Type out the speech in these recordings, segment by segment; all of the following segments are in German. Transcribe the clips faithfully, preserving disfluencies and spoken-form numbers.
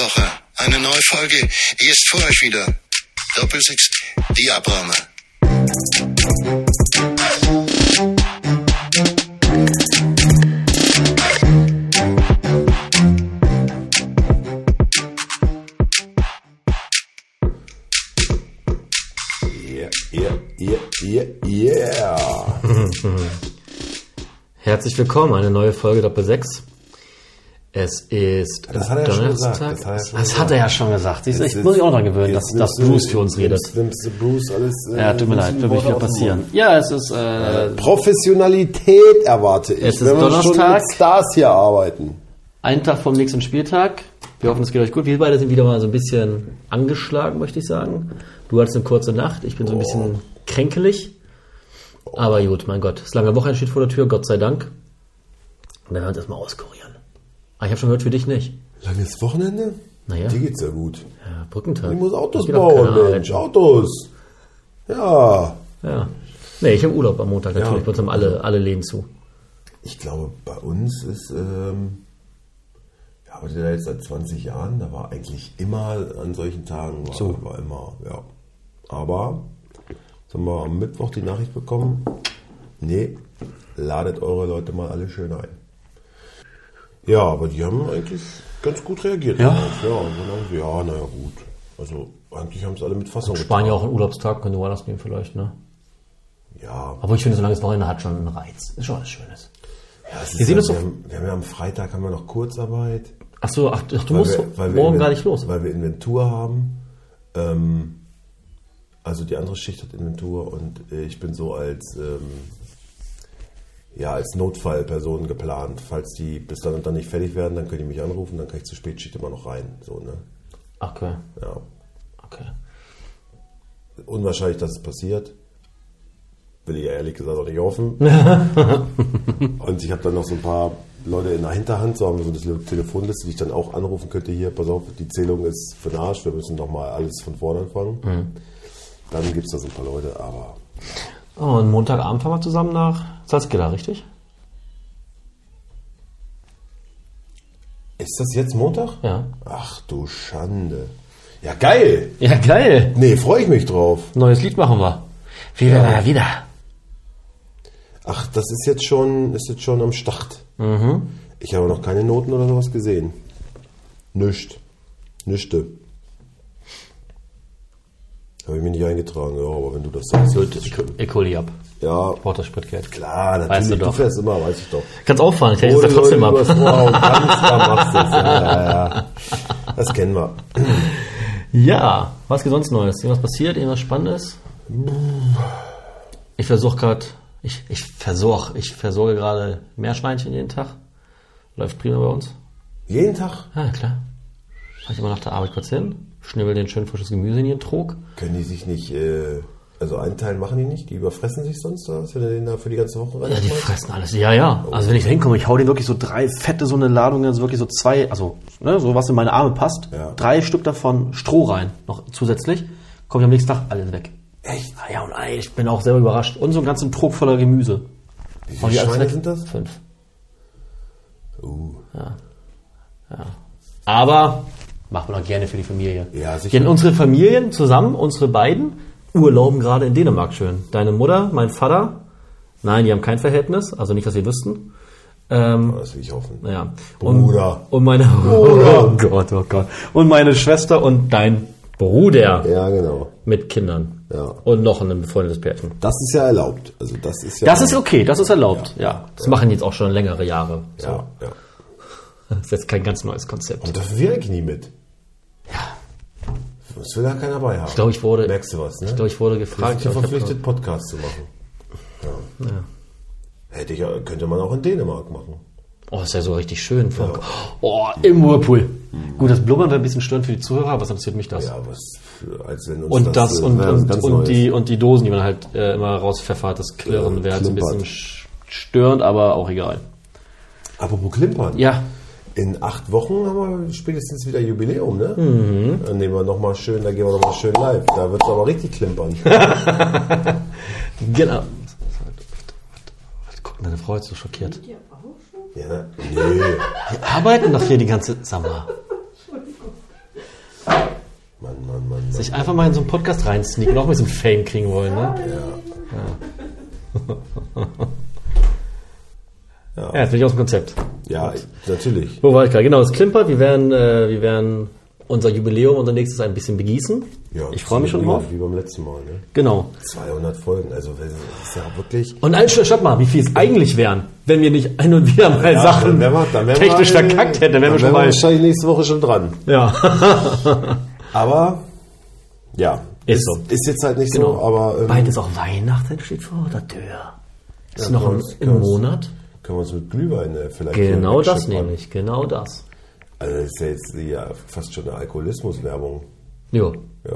Woche eine neue Folge. Hier ist für euch wieder Doppelsechs, die Abrahame. Yeah, yeah, yeah, yeah. Herzlich willkommen, eine neue Folge Doppelsechs. Es ist das hat er ja Donnerstag. Schon gesagt. Das hat er, schon das hat er ja schon gesagt. Ich, jetzt, ich muss mich auch dran gewöhnen, dass, dass Bruce für uns redet. Nimmst du Bruce alles, äh, ja, tut mir leid, wird nicht mehr passieren. Ja, es ist... Äh, Professionalität erwarte ich, es ist wenn wir Donnerstag, schon mit Stars hier arbeiten. Ein Tag vom nächsten Spieltag. Wir hoffen, es geht euch gut. Wir beide sind wieder mal so ein bisschen angeschlagen, möchte ich sagen. Du hattest eine kurze Nacht, ich bin so ein bisschen oh. kränkelig. Aber gut, mein Gott. Das lange Wochenende steht vor der Tür, Gott sei Dank. Und dann werden wir uns erstmal auskurieren. Aber ich habe schon gehört, für dich nicht. Langes Wochenende? Naja. Dir geht's ja gut. Ja, Brückentag. Ich muss Autos bauen, Mensch. Autos. Ja. Ja. Nee, ich habe Urlaub am Montag natürlich. Ja. Bei uns haben alle, alle Läden zu. Ich glaube, bei uns ist... Ähm Ich arbeite da jetzt seit zwanzig Jahren, da war eigentlich immer an solchen Tagen, war, so. war immer, ja. Aber, jetzt haben wir am Mittwoch die Nachricht bekommen, nee, ladet eure Leute mal alle schön ein. Ja, aber die haben eigentlich ganz gut reagiert. Ja? Ja, ja, naja, gut. Also, eigentlich haben es alle mit Fassung getan. Spanien auch einen Urlaubstag, können wir woanders nehmen vielleicht, ne? Ja. Aber ich finde, so langes Wochenende hat schon einen Reiz. Ist schon was Schönes. Ja, wir, wir, sehen ja, uns wir, haben, wir haben ja am Freitag haben wir noch Kurzarbeit. Ach so, ach, ach du weil musst wir, weil morgen wir, gar nicht los. Weil wir Inventur haben. Ähm, also die andere Schicht hat Inventur und äh, ich bin so als ähm, ja als Notfallperson geplant. Falls die bis dann und dann nicht fertig werden, dann können die mich anrufen, dann kann ich zur Spätschicht immer noch rein. So, ne? Okay. Ja. Okay. Unwahrscheinlich, dass es passiert. Will ich ja ehrlich gesagt auch nicht hoffen. Und ich habe dann noch so ein paar Leute in der Hinterhand, so haben wir so eine Telefonliste, die ich dann auch anrufen könnte. Hier, pass auf, die Zählung ist für den Arsch, wir müssen nochmal alles von vorne anfangen. Mhm. Dann gibt es da so ein paar Leute, aber... Oh, und Montagabend fahren wir zusammen nach Salzgitter, richtig? Ist das jetzt Montag? Ja. Ach du Schande. Ja, geil! Ja, geil! Nee, freue ich mich drauf. Neues Lied machen wir. Wie ja. wir wieder. Ach, das ist jetzt schon, ist jetzt schon am Start. Mhm. Ich habe noch keine Noten oder sowas gesehen. Nischt. Nischte. Habe ich mich nicht eingetragen, ja, aber wenn du das sagst... Gut, ich hole die ab. Ja. Ich brauche das Spritgeld. Klar, natürlich. Weißt du, du doch. fährst immer, weiß ich doch. Kannst auffahren, ich hätte es trotzdem ab. Kannst, da machst du's. Ja, ja, ja. Das kennen wir. Ja, was geht sonst Neues? Irgendwas passiert? Irgendwas Spannendes? Ich versuche gerade... Ich, ich versorge ich versorge gerade Meerschweinchen jeden Tag. Läuft prima bei uns. Jeden Tag? Ja, klar. Fahre ich immer nach der Arbeit kurz hin, schnibbel den schön frisches Gemüse in ihren Trog. Können die sich nicht, äh, also einen Teil machen die nicht? Die überfressen sich sonst oder was, wenn du den da für die ganze Woche rein? Ja, die fressen alles. Ja, ja. Also wenn ich da hinkomme, ich hau denen wirklich so drei fette, so eine Ladung, also wirklich so zwei, also ne, so was in meine Arme passt. Ja. Drei Stück davon Stroh rein, noch zusätzlich. Kommt am nächsten Tag alles weg. Echt? Ah, ja, und ich bin auch selber überrascht. Und so einen ganzen Trog voller Gemüse. Wie viele Schweine sind das? Fünf. Uh. Ja. Ja. Aber machen wir doch gerne für die Familie. Ja, sicher. Denn unsere Familien zusammen, unsere beiden, urlauben gerade in Dänemark schön. Deine Mutter, mein Vater, nein, die haben kein Verhältnis, also nicht, dass wir wüssten. Ähm, oh, das will ich hoffen. Ja. Bruder. Und, und meine, Bruder. Oh Gott, oh Gott. Und meine Schwester und dein Bruder. Ja, genau. Mit Kindern. Ja. Und noch ein befreundetes Pärchen. Das ist ja erlaubt. Also das ist ja. Das ist okay, das ist erlaubt, ja. ja. Das ja. machen jetzt auch schon längere Jahre. So. Ja, ja. Das ist jetzt kein ganz neues Konzept. Und dafür will ich nie mit. Ja. Das will da keiner bei haben. Ich glaube, ich wurde. Merkst du was, ne? Ich glaube, ich wurde gefragt. Ich bin verpflichtet, Podcast zu machen. Ja. ja. Hätte ich ja, könnte man auch in Dänemark machen. Oh, ist ja so richtig schön. Ja. Oh, im Whirlpool. Mhm. Gut, das Blubbern wäre ein bisschen störend für die Zuhörer, was interessiert mich das? Ja, was für, als wenn uns und das, das äh, und, und, und, die, und die Dosen, die man halt äh, immer rauspfeffert, das Klirren äh, wäre halt so ein bisschen störend, aber auch egal. Apropos Klimpern. Ja. In acht Wochen haben wir spätestens wieder Jubiläum, ne? Mhm. Dann nehmen wir nochmal schön, da gehen wir nochmal schön live. Da wird es aber richtig klimpern. Genau. Guck, deine Frau ist so schockiert. Ja, nee. Wir arbeiten doch hier die ganze... Sag mal. Sich einfach mal in so einen Podcast reinsneaken und auch ein bisschen Fame kriegen wollen, ne? Ja. Ja, ja jetzt bin ich aus dem Konzept. Ja, natürlich. Wo war ich gerade? Genau, es klimpert. Wir werden, äh, wir werden unser Jubiläum, unser nächstes ein bisschen begießen. Ja, ich freue mich schon drauf. Wie beim letzten Mal, ne? Genau. zweihundert Folgen, also das ist ja wirklich... Und ein stopp mal, wie viel es eigentlich wären, wenn wir nicht ein und wieder mal ja, Sachen dann wir, dann technisch wir, verkackt hätten. Dann wären wir schon mal... wahrscheinlich nächste Woche schon dran. Ja. Aber, ja. Ist so. Ist jetzt halt nicht Genau. so, aber... Ähm, Bald ist auch Weihnachten, steht vor der Tür. Ist Ja, noch im, uns- im Monat. Können wir uns mit Glühwein äh, vielleicht... Genau so das wegscheppern. nämlich, genau das. Also das ist ja jetzt ja fast schon eine Alkoholismus-Werbung. Jo, Ja.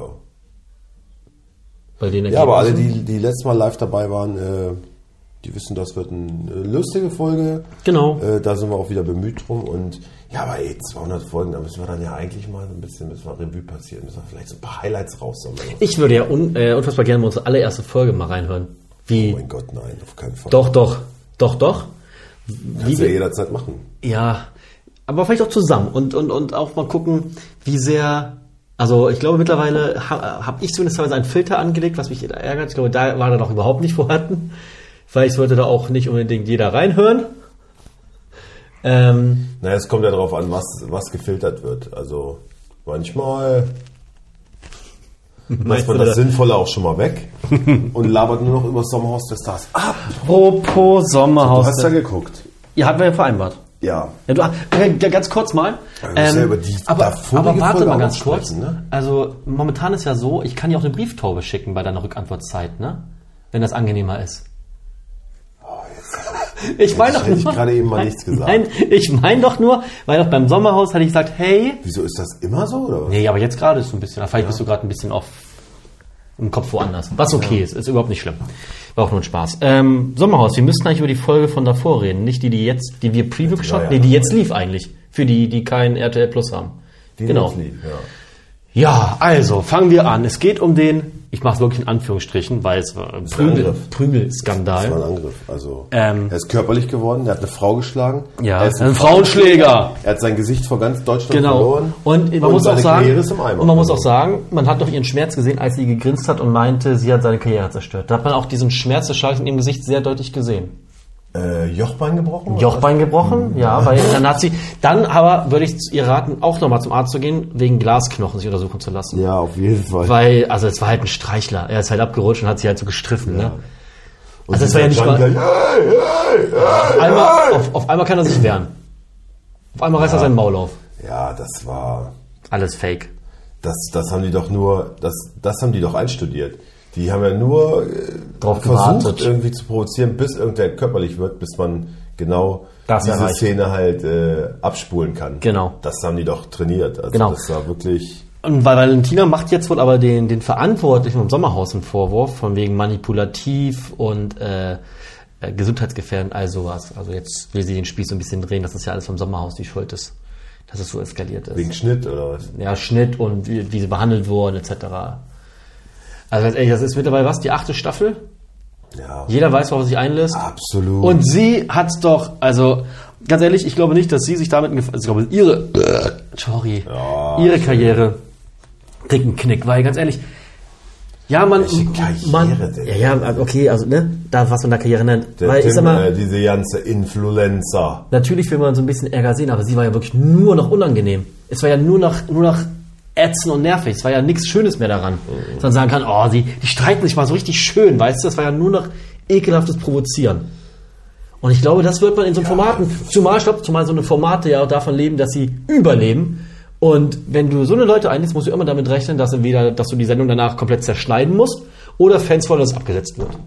bei den Ja, aber alle, Ergebnissen- die, die letztes Mal live dabei waren, äh, die wissen, das wird eine lustige Folge. Genau. Äh, da sind wir auch wieder bemüht drum. Und ja, aber ey, zweihundert Folgen, da müssen wir dann ja eigentlich mal ein bisschen, müssen wir Revue passieren, müssen wir vielleicht so ein paar Highlights raussammeln. Ich würde ja un, äh, unfassbar gerne mal unsere allererste Folge mal reinhören. Wie? Oh mein Gott, nein, auf keinen Fall. Doch, doch, doch, doch. Kannst du ja wir- jederzeit machen. Ja, aber vielleicht auch zusammen und, und, und auch mal gucken, wie sehr, also ich glaube mittlerweile ha, habe ich zumindest teilweise einen Filter angelegt, was mich ärgert. Ich glaube, da war er noch überhaupt nicht vorhanden. Vielleicht sollte da auch nicht unbedingt jeder reinhören. Ähm, Naja, es kommt ja darauf an, was, was gefiltert wird. Also manchmal lässt man du das da- Sinnvolle auch schon mal weg und labert nur noch über das Sommerhaus der Stars. Ah, Apropos du Sommerhaus. hast ja geguckt. Ihr habt wir ja vereinbart. Ja. Ja, du, äh, ganz kurz mal. Ja, wir müssen ja über die aber, davorige aber warte Folge mal auch ganz noch kurz. sprechen, ne? Also momentan ist ja so, ich kann ja auch eine Brieftaube schicken bei deiner Rückantwortzeit, ne? Wenn das angenehmer ist. Ich meine doch hätte ich nur, gerade eben mal nichts gesagt. Nein, ich meine doch nur, weil doch beim Sommerhaus hatte ich gesagt, hey. Wieso ist das immer so, oder was? Nee, aber jetzt gerade ist so ein bisschen, vielleicht bist du gerade ein bisschen auf im Kopf woanders. Was okay ist, ist überhaupt nicht schlimm. War auch nur ein Spaß. Ähm, Sommerhaus, wir müssten eigentlich über die Folge von davor reden, nicht die, die jetzt, die wir Preview geschaut haben. ja. Nee, die jetzt lief eigentlich. Für die, die kein R T L Plus haben. Die Genau. jetzt lief, ja. Ja, also fangen wir an. Es geht um den, ich mache es wirklich in Anführungsstrichen, weil es war ein ein Prügel, Angriff. Das Prügelskandal. war ein Angriff. Also, Ähm. er ist körperlich geworden, er hat eine Frau geschlagen. Ja, er ist ein Frauenschläger. Er hat sein Gesicht vor ganz Deutschland Genau. verloren. Und man Und muss auch seine sagen, Karriere ist im Eimer. und man muss Also- auch sagen, man hat doch ihren Schmerz gesehen, als sie gegrinst hat und meinte, sie hat seine Karriere zerstört. Da hat man auch diesen Schmerz des Schalks in ihrem Gesicht sehr deutlich gesehen. Äh, Jochbein gebrochen? Jochbein gebrochen, ja, weil dann hat sie, dann aber würde ich ihr raten, auch nochmal zum Arzt zu gehen, wegen Glasknochen sich untersuchen zu lassen. Ja, auf jeden Fall. Weil, also es war halt ein Streichler. Er ist halt abgerutscht und hat sie halt so gestriffen, ne? Und Also es war ja nicht dieser mal, Jan gleich, hey, hey, hey, einmal, auf, auf einmal kann er sich wehren. Auf einmal reißt er sein Maul auf. Ja, das war, Alles fake. das, das haben die doch nur, das, das haben die doch einstudiert. Die haben ja nur äh, Drauf versucht, gewartet. irgendwie zu provozieren, bis irgendwer körperlich wird, bis man genau Das diese erreicht. Szene halt äh, abspulen kann. Genau. Das haben die doch trainiert. Also Genau. das war wirklich... Und weil Valentina macht jetzt wohl aber den, den Verantwortlichen vom Sommerhaus einen Vorwurf, von wegen manipulativ und äh, äh, gesundheitsgefährdend, all sowas. Also jetzt will sie den Spieß so ein bisschen drehen, dass das ja alles vom Sommerhaus die Schuld ist. Dass es so eskaliert ist. Wegen Schnitt oder was? Ja, Schnitt und wie, wie sie behandelt wurden, et cetera. Also ganz ehrlich, das ist mittlerweile was? Die achte Staffel? Ja, Jeder weiß, worauf er sich einlässt. absolut. Und sie hat's doch, also ganz ehrlich, ich glaube nicht, dass sie sich damit, also ich glaube, ihre, sorry, Ja, ihre Karriere kriegt einen Knick, weil ganz ehrlich, ja, man, Welche Karriere man, denn? ja, ja, okay, also ne, da was man da Karriere nennt, Der weil Tim, ich sag mal, äh, diese ganze Influencer. natürlich will man so ein bisschen Ärger sehen, aber sie war ja wirklich nur noch unangenehm. Es war ja nur noch, nur noch ätzend und nervig. Es war ja nichts Schönes mehr daran. Mhm. Dass man sagen kann, oh, die, die streiten sich mal so richtig schön, weißt du? Das war ja nur noch ekelhaftes Provozieren. Und ich glaube, das wird man in so Formaten, zumal, ich glaube, zumal so eine Formate ja auch davon leben, dass sie überleben. Und wenn du so eine Leute einlädst, musst du immer damit rechnen, dass entweder, dass du die Sendung danach komplett zerschneiden musst oder Fans wollen, dass es abgesetzt wird.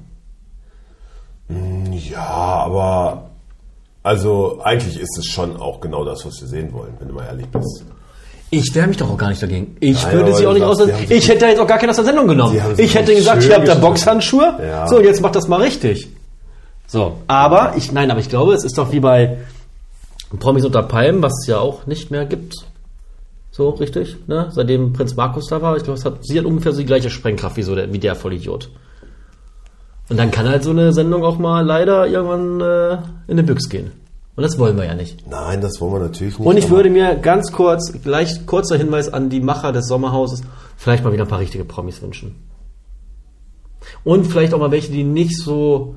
Ja, aber also eigentlich ist es schon auch genau das, was wir sehen wollen, wenn du mal ehrlich bist. Ich wehre mich doch auch gar nicht dagegen. Ich Nein, würde aber sie auch du nicht sagst, aus. sie haben sich Ich hätte jetzt auch gar keine aus der Sendung genommen. Sie haben sich Ich hätte nicht gesagt, schön ihr habt da gestritten. Boxhandschuhe. Ja. So, jetzt macht das mal richtig. So, aber ich, nein, aber ich glaube, es ist doch wie bei Promis unter Palmen, was es ja auch nicht mehr gibt. So, richtig, ne? Seitdem Prinz Markus da war. Ich glaube, es hat, sie hat ungefähr so die gleiche Sprengkraft wie so der, wie der Vollidiot. Und dann kann halt so eine Sendung auch mal leider irgendwann äh, in den Büchs gehen. Und das wollen wir ja nicht. Nein, das wollen wir natürlich nicht. Und ich aber- würde mir ganz kurz, gleich kurzer Hinweis an die Macher des Sommerhauses, vielleicht mal wieder ein paar richtige Promis wünschen. Und vielleicht auch mal welche, die nicht so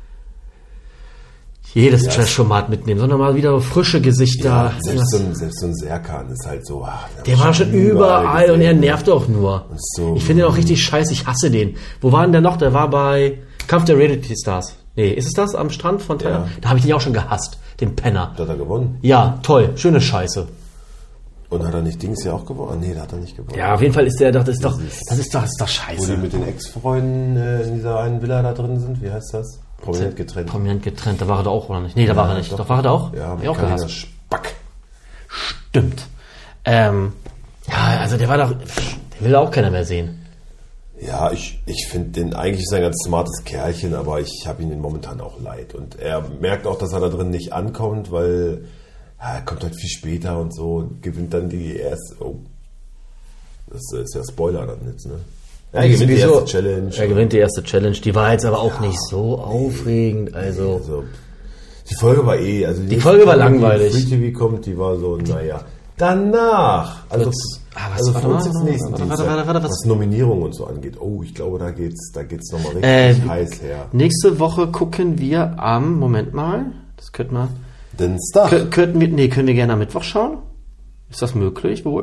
jedes Ja, Trash-Format mitnehmen, sondern mal wieder frische Gesichter. Ja, selbst, so ein, selbst so ein Serkan ist halt so... Ach, der war schon überall gesehen, und er ne? nervt auch nur. Und so, ich finde ihn auch richtig scheiße, ich hasse den. Wo war denn der noch? Der war bei Kampf der Reality Stars. Nee, ist es das am Strand von Thailand? Ja. Da habe ich den auch schon gehasst, den Penner. Da hat er gewonnen. Ja, toll, schöne Scheiße. Und hat er nicht Dings ja auch gewonnen? Ah, nee, da hat er nicht gewonnen. Ja, auf jeden Fall ist der doch, das ist doch, das ist doch, das ist doch Wo scheiße. die mit den Ex-Freunden äh, in dieser einen Villa da drin sind, wie heißt das? Prominent getrennt. Prominent getrennt, da war er doch auch, oder nicht? Nee, da war er nicht. Doch, war er da auch? Ja, Hab mit ich auch Carina gehasst. Spack. Stimmt. Ähm, ja, also der war doch, den will auch keiner mehr sehen. Ja, ich, ich finde den, eigentlich ist er ein ganz smartes Kerlchen, aber ich habe ihn momentan auch leid. Und er merkt auch, dass er da drin nicht ankommt, weil ja, er kommt halt viel später und so und gewinnt dann die erste, oh, das ist ja Spoiler dann jetzt, ne? Ja, er gewinnt die erste Challenge. Er gewinnt die erste Challenge, die war jetzt aber auch ja, nicht so aufregend, also... also die Folge war eh, also die, die Folge war langweilig. Die Free T V kommt, die war so, naja. Danach, also, ah, was, also warte für uns mal, jetzt nächsten warte, Dienstag, warte, warte, warte, was, was Nominierung und so angeht. Oh, ich glaube, da geht's, da geht's nochmal richtig äh, heiß her. Nächste Woche gucken wir am, Moment mal, das könnten wir... Dienstag. Kö- könnten wir, nee, können wir gerne am Mittwoch schauen? Ist das möglich wohl?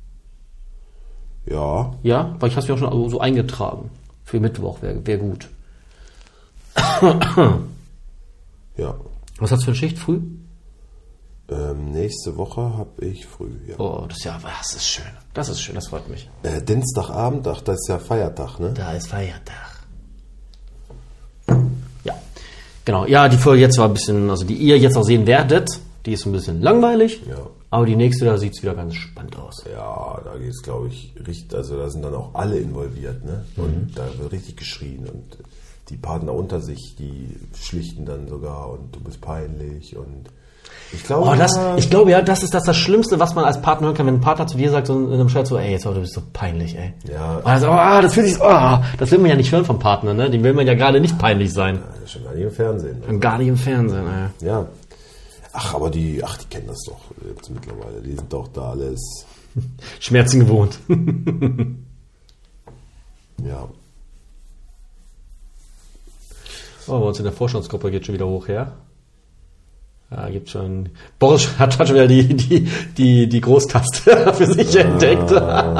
Ja. Ja, weil ich habe es mir auch schon so eingetragen. Für Mittwoch wäre wär gut. Ja. Was hast du für eine Schicht? Früh? Ähm, nächste Woche habe ich früh, ja. Oh, das ist ja, das ist schön. Das ist schön, das freut mich. Äh, Dienstagabend, ach, das ist ja Feiertag, ne? Da ist Feiertag. Ja, genau. Ja, die Folge jetzt war ein bisschen, also die ihr jetzt auch sehen werdet, die ist ein bisschen langweilig. Ja. Aber die nächste, da sieht es wieder ganz spannend aus. Ja, da geht's, glaube ich, richtig, also da sind dann auch alle involviert, ne? Und da wird richtig geschrien und die Partner unter sich, die schlichten dann sogar und du bist peinlich und ich glaube... Oh, das, ich glaube ja, das ist das, das Schlimmste, was man als Partner hören kann, wenn ein Partner zu dir sagt, so in einem Chat so, ey, jetzt, oh, du bist so peinlich, ey. Ja. Also, oh, das fühlt sich, oh, das will man ja nicht hören vom Partner, ne? Dem will man ja gerade nicht peinlich sein. Das ist schon gar nicht im Fernsehen. Ne? Und gar nicht im Fernsehen, ey. Ja. Ach, aber die, ach, die kennen das doch jetzt mittlerweile. Die sind doch da alles... Schmerzen gewohnt. Ja. Oh, bei uns in der Vorstandsgruppe geht schon wieder hoch her. Ja, gibt schon. Boris hat, hat schon wieder die, die, die, die Großtaste für sich ah. entdeckt.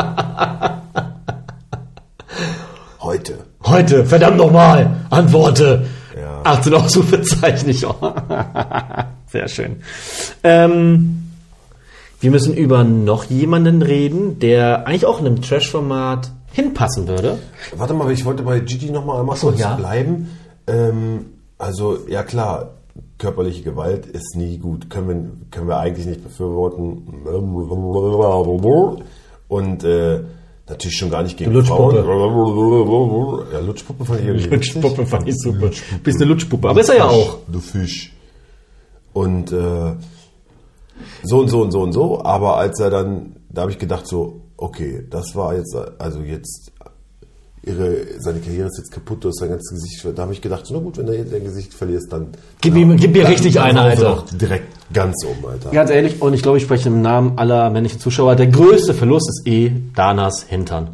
Heute. Heute, verdammt nochmal, antworte. Ja. achtzehn Ausrufezeichen. Sehr schön. Ähm, wir müssen über noch jemanden reden, der eigentlich auch in einem Trash-Format hinpassen würde. Warte mal, ich wollte bei Gigi noch mal einmal Ach so, kurz ja. bleiben. Ähm, also, ja klar, körperliche Gewalt ist nie gut. Können wir, können wir eigentlich nicht befürworten. Und äh, natürlich schon gar nicht gegen Lutschpuppe. Frauen. Ja, Lutschpuppe fand ich irgendwie Lutschpuppe fand ich super. Bist eine Lutschpuppe, aber ist er ja auch. Du Fisch. Und äh, so und so und so und so. Aber als er dann, da habe ich gedacht so, okay, das war jetzt, also jetzt, ihre, seine Karriere ist jetzt kaputt, du hast sein ganzes Gesicht, da habe ich gedacht, na gut, wenn du dein Gesicht verlierst, dann... Gib ja, ihm, gib mir dann, richtig dann eine, Alter. doch direkt ganz um, Alter. Ganz ehrlich, und ich glaube, ich spreche im Namen aller männlichen Zuschauer, der größte Verlust ist eh Danas Hintern.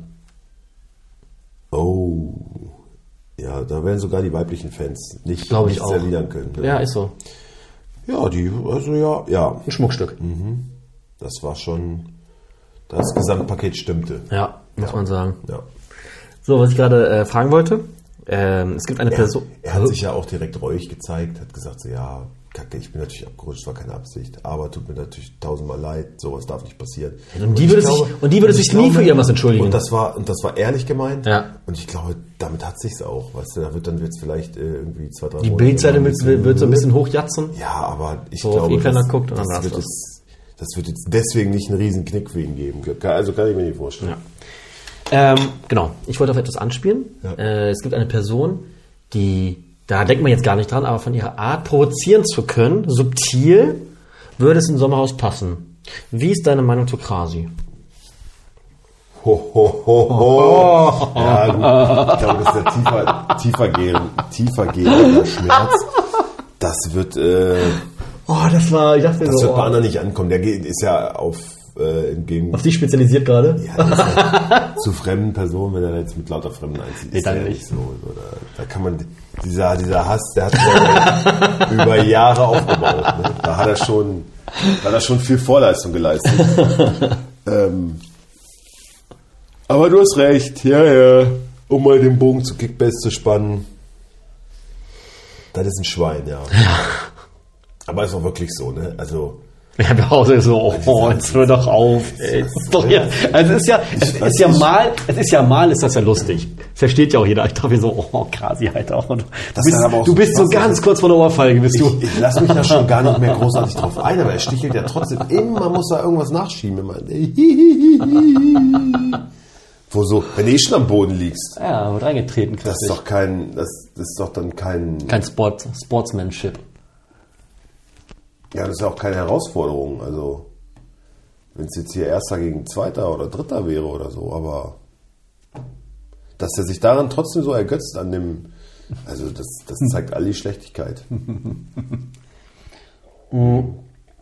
Oh, ja, da werden sogar die weiblichen Fans nicht, Glaube ich nichts auch. erwidern können. Ne? Ja, ist so. Ja, die, also ja, ja. Ein Schmuckstück. Das war schon, das Gesamtpaket stimmte. Ja, muss Ja. man sagen. Ja. So, was ich gerade äh, fragen wollte. Ähm, es gibt eine Er, Person. er hat sich ja auch direkt reuig gezeigt, hat gesagt, so, ja, kacke, ich bin natürlich abgerutscht, war keine Absicht, aber tut mir natürlich tausendmal leid, sowas darf nicht passieren. Und die ich würde sich- und die würde ich sich nie für irgendwas entschuldigen. Und das war, und das war ehrlich gemeint. Ja. Und ich glaube, damit hat sich's auch, weißt du, da wird dann wird's vielleicht äh, irgendwie zwei, drei Die Monate Bildseite ein wird, bisschen- wird so ein bisschen hochjatzen. Ja, aber ich So auf glaube, E-Ferner das, guckt und dann das, war's wird das. jetzt, das wird jetzt deswegen nicht einen riesen Knick für ihn geben. Also kann ich mir nicht vorstellen. Ja. Ähm, genau, ich wollte auf etwas anspielen. Ja. Äh, es gibt eine Person, die, da denkt man jetzt gar nicht dran, aber von ihrer Art provozieren zu können, subtil, würde es in Sommerhaus passen. Wie ist deine Meinung zu Krasi? Ho, ho, ho, ho. Ja, gut. Ich glaube, das ist der tiefer, tiefer, gehen, tiefer gehende Schmerz. Das wird, äh, Oh, das war, ich dachte das wird bei anderen nicht ankommen. Der geht- ist ja auf äh, entgegen... Auf dich spezialisiert gerade? Ja, das ist halt zu fremden Personen, wenn er jetzt mit lauter Fremden einzieht. Nee, ist ja nicht. nicht so. Oder, da kann man... Dieser, dieser Hass, der hat sich über Jahre aufgebaut. Ne? Da hat er schon... Da hat er schon viel Vorleistung geleistet. ähm, aber du hast recht, ja, ja. Um mal den Bogen zu Kickbase zu spannen. Das ist ein Schwein, ja. Aber ist auch wirklich so, ne? Also. Ich habe auch so, oh, jetzt hör doch auf, ey. Ist doch ja, also es ist ja, es ist ja mal, es ist ja mal, ist das ja lustig. Das versteht ja auch jeder. Ich dachte mir so, oh, Krasi, Alter. Du das bist, aber auch du so bist so ganz kurz vor der Ohrfeige, bist du. Ich, ich lasse mich da schon gar nicht mehr großartig drauf ein, aber er stichelt ja trotzdem. Immer muss er irgendwas nachschieben. Immer. Wo so, wenn du eh schon am Boden liegst. Ja, wird reingetreten, das ist doch kein, das, das ist doch dann kein... Kein Sport, Sportsmanship. Ja, das ist ja auch keine Herausforderung. Also, wenn es jetzt hier Erster gegen Zweiter oder Dritter wäre oder so, aber dass er sich daran trotzdem so ergötzt an dem, also das, das zeigt all die Schlechtigkeit. Mhm.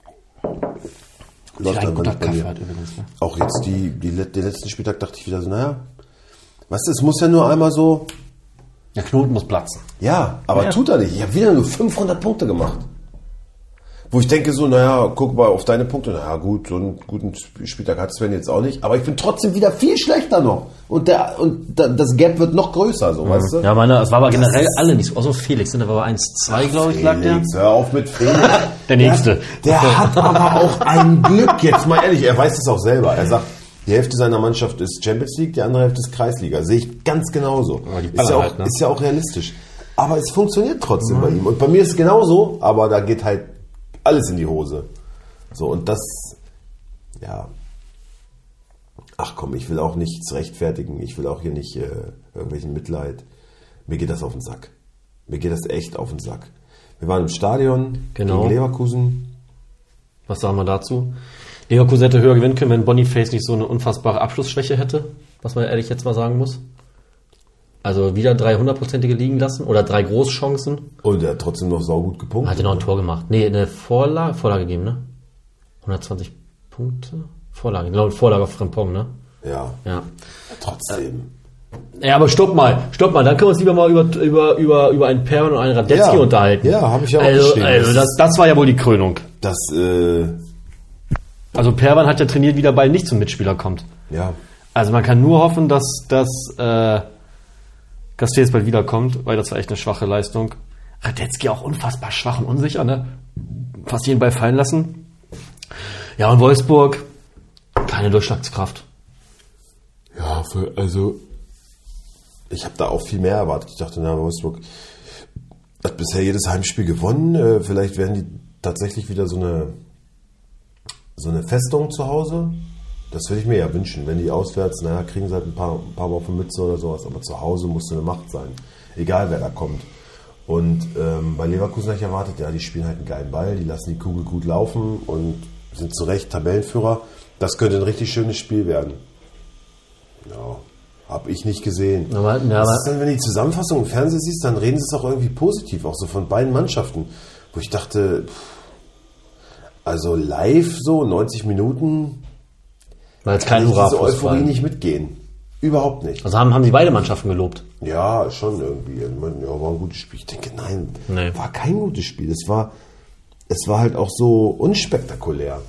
Läuft ein guter bei mir. Kaffee hat übrigens. Ne? Auch jetzt die, die, den letzten Spieltag dachte ich wieder so, naja, weißt du, es muss ja nur einmal so... Der Knoten muss platzen. Ja, aber ja. tut er nicht. Ich habe wieder nur fünfhundert Punkte gemacht. Wo ich denke so, naja, guck mal auf deine Punkte. Naja, gut, so einen guten Spieltag hat Sven jetzt auch nicht. Aber ich bin trotzdem wieder viel schlechter noch. Und der und das Gap wird noch größer, so, mhm. weißt du? Ja, meine, es war aber das generell alle nicht so. Außer Felix, der war eins zwei, glaube ich, lag der. Hör auf mit Felix. Der Nächste. Der, der hat aber auch ein Glück, jetzt mal ehrlich, er weiß es auch selber. Er sagt, die Hälfte seiner Mannschaft ist Champions League, die andere Hälfte ist Kreisliga. Sehe ich ganz genauso. Ist ja, auch, halt, ne? ist ja auch realistisch. Aber es funktioniert trotzdem mhm. bei ihm. Und bei mir ist es genauso, aber da geht halt alles in die Hose. So, und das, ja. Ach komm, ich will auch nichts rechtfertigen. Ich will auch hier nicht äh, irgendwelchen Mitleid. Mir geht das auf den Sack. Mir geht das echt auf den Sack. Wir waren im Stadion genau. gegen Leverkusen. Was sagen wir dazu? Leverkusen hätte höher gewinnen können, wenn Boniface nicht so eine unfassbare Abschlussschwäche hätte. Was man ehrlich jetzt mal sagen muss. Also wieder drei hundertprozentige liegen lassen oder drei Großchancen. Und er hat trotzdem noch saugut gepunktet. Hat er noch ein Tor gemacht. Nee, eine Vorlage, Vorlage gegeben, ne? hundertzwanzig Punkte? Vorlage, genau, Vorlage auf Frimpong, ne? Ja. Ja. Trotzdem. Ja, aber stopp mal, stopp mal, dann können wir uns lieber mal über, über, über, über einen Perwan und einen Radetzky ja, unterhalten. Ja, habe ich ja auch also, gestehen. Also das, das war ja wohl die Krönung. Das, äh... Also Perwan hat ja trainiert, wie der Ball nicht zum Mitspieler kommt. Ja. Also man kann nur hoffen, dass, dass äh, Castells bald wiederkommt, weil das war echt eine schwache Leistung. Radetzky auch unfassbar schwach und unsicher, ne? Fast jeden Ball fallen lassen. Ja, und Wolfsburg, keine Durchschlagskraft. Ja, für, also ich habe da auch viel mehr erwartet. Ich dachte, na, Wolfsburg hat bisher jedes Heimspiel gewonnen. Äh, vielleicht werden die tatsächlich wieder so eine so eine Festung zu Hause. Das würde ich mir ja wünschen. Wenn die auswärts, naja, kriegen sie halt ein paar, ein paar Mal auf die Mütze oder sowas. Aber zu Hause muss eine Macht sein. Egal, wer da kommt. Und ähm, bei Leverkusen habe ich erwartet, ja, die spielen halt einen geilen Ball, die lassen die Kugel gut laufen und sind zu Recht Tabellenführer. Das könnte ein richtig schönes Spiel werden. Ja, habe ich nicht gesehen. Aber, ja, Was ist dann, wenn du die Zusammenfassung im Fernsehen siehst, dann reden sie es auch irgendwie positiv, auch so von beiden Mannschaften. Wo ich dachte, also live so, neunzig Minuten, weil es kein Hurra-Fußball. Hurra Diese Euphorie nicht mitgehen. Überhaupt nicht. Also haben, haben sie beide Mannschaften gelobt? Ja, schon irgendwie. Ich meine, ja, war ein gutes Spiel. Ich denke, nein, nee. war kein gutes Spiel. Es war, es war halt auch so unspektakulär.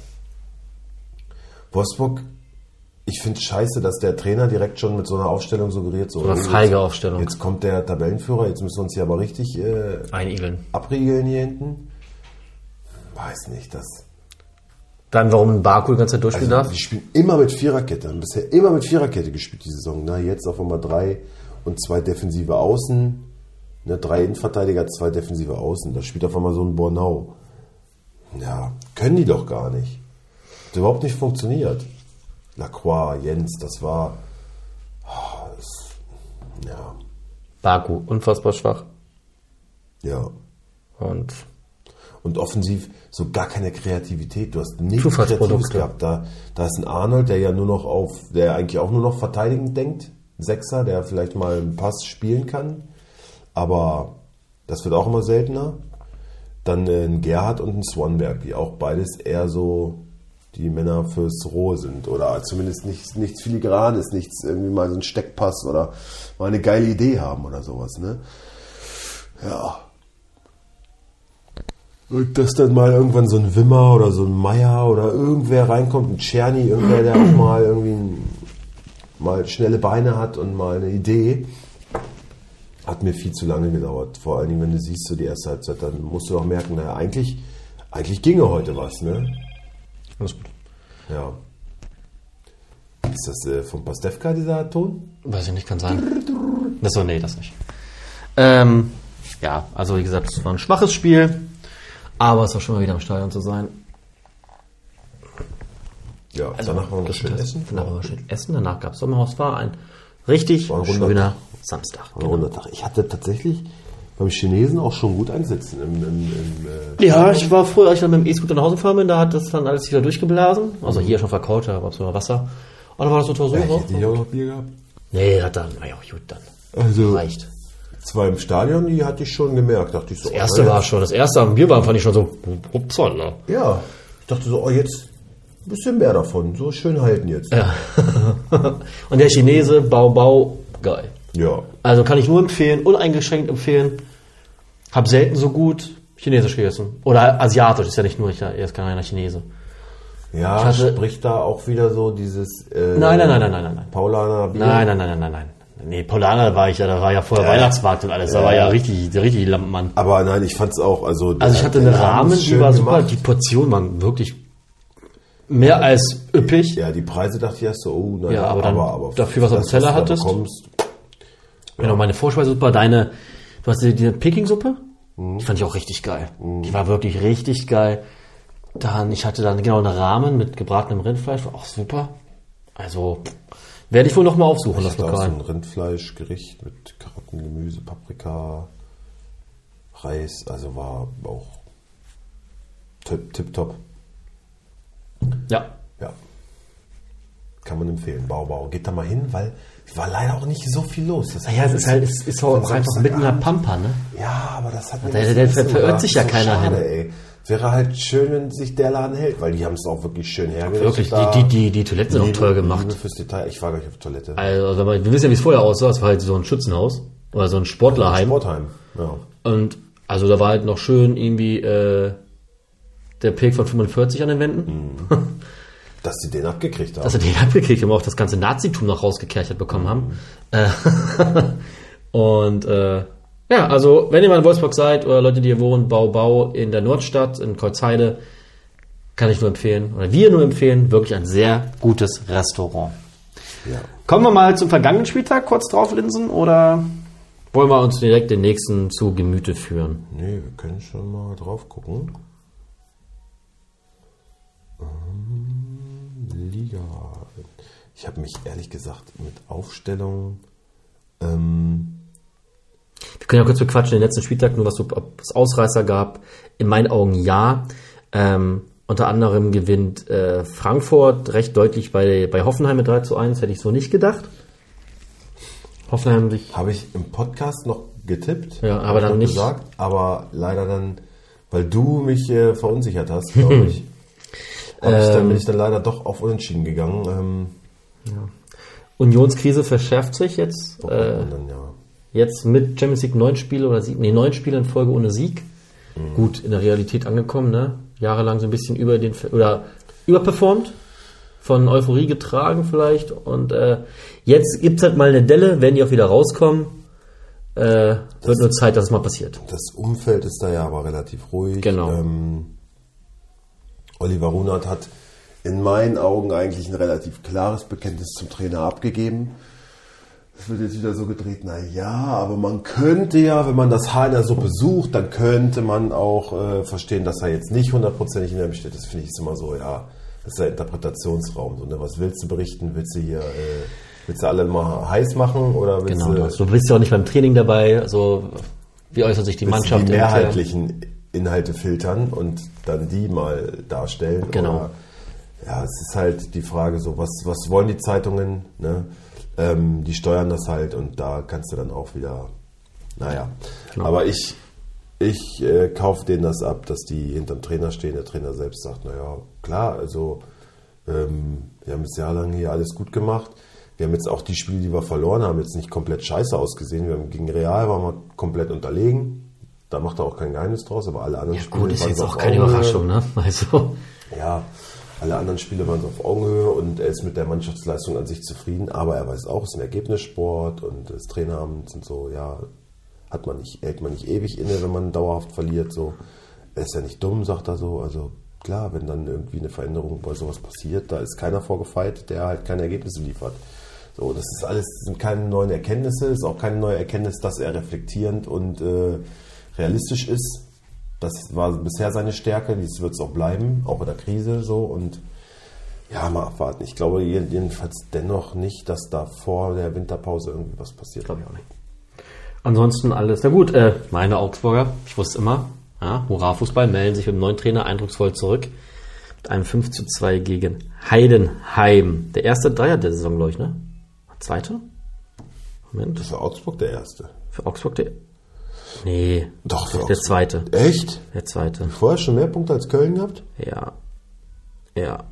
Wolfsburg, ich finde es scheiße, dass der Trainer direkt schon mit so einer Aufstellung suggeriert. So, eine feige Aufstellung. Jetzt kommt der Tabellenführer, jetzt müssen wir uns hier aber richtig äh, einigeln. Abriegeln hier hinten. Weiß nicht, das... Dann, warum Baku die ganze Zeit durchspielen also, darf? Die spielen immer mit Viererkette. Haben bisher immer mit Viererkette gespielt, die Saison. Na, jetzt auf einmal drei und zwei defensive Außen. Ne, drei Innenverteidiger, zwei defensive Außen. Da spielt auf einmal so ein Bornau. Ja, können die doch gar nicht. Hat überhaupt nicht funktioniert. Lacroix, Jens, das war... Oh, das, ja. Baku, unfassbar schwach. Ja. Und... Und offensiv so gar keine Kreativität. Du hast nichts Kreatives gehabt. Da, da ist ein Arnold, der ja nur noch auf, der eigentlich auch nur noch verteidigend denkt. Ein Sechser, der vielleicht mal einen Pass spielen kann. Aber das wird auch immer seltener. Dann ein Gerhard und ein Swanberg, die auch beides eher so die Männer fürs Rohe sind. Oder zumindest nichts, nichts Filigranes, nichts irgendwie mal so ein Steckpass oder mal eine geile Idee haben oder sowas, ne? Ja. Und dass dann mal irgendwann so ein Wimmer oder so ein Meier oder irgendwer reinkommt, ein Czerny, irgendwer, der auch mal irgendwie ein, mal schnelle Beine hat und mal eine Idee, hat mir viel zu lange gedauert. Vor allen Dingen, wenn du siehst, so die erste Halbzeit, dann musst du auch merken, naja, eigentlich, eigentlich ginge heute was, ne? Alles gut. Ja. Ist das äh, von Pastewka, dieser Ton? Weiß ich nicht, kann sein. Das so, nee, das nicht. Ähm, ja, also wie gesagt, es war ein schwaches Spiel, aber es war schon mal wieder im Stadion zu sein. Ja, Also, danach waren wir schön essen. Danach waren wir schön essen, danach gab es Sommerhaus, war ein richtig War ein schöner Samstag. Ein runder Tag. Ich hatte tatsächlich beim Chinesen auch schon gut einsitzen. Im, im, im, äh Ja, ich war früher, als ich dann mit dem E-Scooter nach Hause gefahren bin, da hat das dann alles wieder durchgeblasen. Also hier schon verkaut, da war es nur Wasser. Und dann war das so toll so. ja, ich hätte hier auch noch Bier gehabt. Nee, hat dann, naja, gut, dann. Also, Reicht. zwar im Stadion, die hatte ich schon gemerkt. Dachte ich so, Das erste oh, war schon, das erste am Bier war, fand ich schon so, upsal, ne? Ja, ich dachte so, oh, jetzt ein bisschen mehr davon. So schön halten jetzt. Ja. Und der Chinese, Bau, Bau, geil. Ja. Also kann ich nur empfehlen, uneingeschränkt empfehlen. Hab selten so gut Chinesisch gegessen. Oder Asiatisch, ist ja nicht nur, ich, er ist keiner Chinese. Ja, Ich hatte- spricht da auch wieder so dieses äh, Nein, nein, nein, nein, nein, nein, nein. Paulaner Bier. Nein, nein, nein, nein, nein, nein. Nee, Paulaner war ich ja, da war ja vorher Ja. Weihnachtsmarkt und alles. Da Ja. war ja richtig, der richtig Lampenmann. Aber nein, ich fand's auch, also... Also ich hatte der einen Rahmen Rahmen, ist die schön war super. gemacht. Die Portionen waren wirklich mehr als üppig. Ja, die Preise dachte ich erst so, oh, naja, Ja, aber dann dafür, was du auf dem das, Teller du da hattest. bekommst, Genau, meine Vorspeise super. Deine, du hast die, die Peking-Suppe. Die fand ich auch richtig geil. Die war wirklich richtig geil. Dann, ich hatte dann genau einen Rahmen mit gebratenem Rindfleisch, war auch super. Also, werde ich wohl nochmal aufsuchen, ich das hatte auch so Lokal. ein Rindfleischgericht mit Karotten, Gemüse, Paprika, Reis, also war auch tip, tip top. Ja. Ja. Kann man empfehlen. Bau, Bau. Geht da mal hin, weil es war leider auch nicht so viel los. Das Naja, es ist halt, es ist auch Von einfach mitten in der Samstagabend. Pampa, ne? Ja, aber das hat mir Der- nicht der- so der verirrt gedacht. sich ja So keiner schade, hin. Ey. Wäre halt schön, wenn sich der Laden hält, weil die haben es auch wirklich schön hergerichtet. Wirklich, da. die, die, die, die Toiletten sind auch Liebe- toll gemacht. Liebe fürs Detail. Ich war gleich auf Toilette. Also, wenn man, wir wissen ja, wie es vorher aussah. Es war halt so ein Schützenhaus. Oder so ein Sportlerheim. Sportheim. Ja. Und, also, da war halt noch schön irgendwie, äh, der Peg von fünfundvierzig an den Wänden. Dass sie den abgekriegt haben. Dass sie den abgekriegt haben, auch das ganze Nazitum noch rausgekerchert bekommen haben. Äh, und äh, ja, also wenn ihr mal in Wolfsburg seid oder Leute, die hier wohnen, Bau, Bau in der Nordstadt, in Kreuzheide, kann ich nur empfehlen, oder wir nur empfehlen, wirklich ein sehr gutes Restaurant. Ja. Kommen wir mal zum vergangenen Spieltag kurz drauf linsen oder wollen wir uns direkt den nächsten zu Gemüte führen? Nee, wir können schon mal drauf gucken. Ähm, Liga. Ich habe mich ehrlich gesagt mit Aufstellung. Ähm, Wir können ja kurz bequatschen, den letzten Spieltag, nur was so, ob es Ausreißer gab. In meinen Augen ja. Ähm, unter anderem gewinnt äh, Frankfurt recht deutlich bei, bei Hoffenheim mit drei zu eins, hätte ich so nicht gedacht. Hoffenheim sich... habe ich im Podcast noch getippt. Ja, aber Hab ich dann noch nicht. Gesagt, aber leider dann, weil du mich äh, verunsichert hast, glaube ich, hab ich dann, bin ich dann leider doch auf Unentschieden gegangen. Ähm, Unionskrise verschärft sich jetzt. Äh, und dann, ja. jetzt mit Champions League neun Spiele oder sieben, nee, neun Spiele in Folge ohne Sieg. Mhm. Gut, in der Realität angekommen, ne? Jahrelang so ein bisschen über den, oder überperformt, von Euphorie getragen vielleicht. Und äh, jetzt gibt's halt mal eine Delle, wenn die auch wieder rauskommen. Äh, wird nur Zeit, dass es mal passiert. Das Umfeld ist da ja aber relativ ruhig. Genau. Ähm, Oliver Runert hat in meinen Augen eigentlich ein relativ klares Bekenntnis zum Trainer abgegeben. Es wird jetzt wieder so gedreht, na ja, aber man könnte ja, wenn man das Haar in der Suppe sucht, dann könnte man auch äh, verstehen, dass er jetzt nicht hundertprozentig in der besteht. Das finde ich ist immer so, ja, das ist der Interpretationsraum. So, ne? Was willst du berichten? Willst du hier, äh, willst du alle mal heiß machen? Oder willst Genau, du, das. Du bist ja auch nicht beim Training dabei. Also, wie äußert sich die willst Mannschaft? du die intern? mehrheitlichen Inhalte filtern und dann die mal darstellen? Genau. Oder, ja, es ist halt die Frage so, was, was wollen die Zeitungen, ne? Ähm, die steuern das halt und da kannst du dann auch wieder, naja. Genau. Aber ich, ich äh, kaufe denen das ab, dass die hinterm Trainer stehen. Der Trainer selbst sagt, naja, klar, also Ähm, wir haben es jahrelang hier alles gut gemacht. Wir haben jetzt auch die Spiele, die wir verloren haben, jetzt nicht komplett scheiße ausgesehen. Wir haben gegen Real waren wir komplett unterlegen. Da macht er auch kein Geheimnis draus, aber alle anderen Ja, Spiele gut, ist waren jetzt so auch auf keine Augenhöhe. Überraschung, ne? Also. Ja, alle anderen Spiele waren so auf Augenhöhe und er ist mit der Mannschaftsleistung an sich zufrieden, aber er weiß auch, es ist ein Ergebnissport und das Traineramt sind so, ja, hat man nicht, hält man nicht ewig inne, wenn man dauerhaft verliert, so. Er ist ja nicht dumm, sagt er so, also klar, wenn dann irgendwie eine Veränderung bei sowas passiert, da ist keiner vorgefeit, der halt keine Ergebnisse liefert. So, das ist alles, sind keine neuen Erkenntnisse, ist auch keine neue Erkenntnis, dass er reflektierend und äh, realistisch ist. Das war bisher seine Stärke, dies wird es auch bleiben, auch in der Krise so und ja, mal abwarten. Ich glaube jedenfalls dennoch nicht, dass da vor der Winterpause irgendwie was passiert. Glaube ich auch nicht. Ansonsten alles, na gut, äh, meine Augsburger, ich wusste immer, ja, Hurra Fußball, melden sich mit dem neuen Trainer eindrucksvoll zurück. Mit einem fünf zu zwei gegen Heidenheim. Der erste Dreier der Saison, glaube ich, ne? Zweite? Moment. Das ist für Augsburg der erste. Für Augsburg der... Nee. Doch, für der Augsburg. zweite. Echt? Der zweite. Vorher schon mehr Punkte als Köln gehabt? Ja. Ja.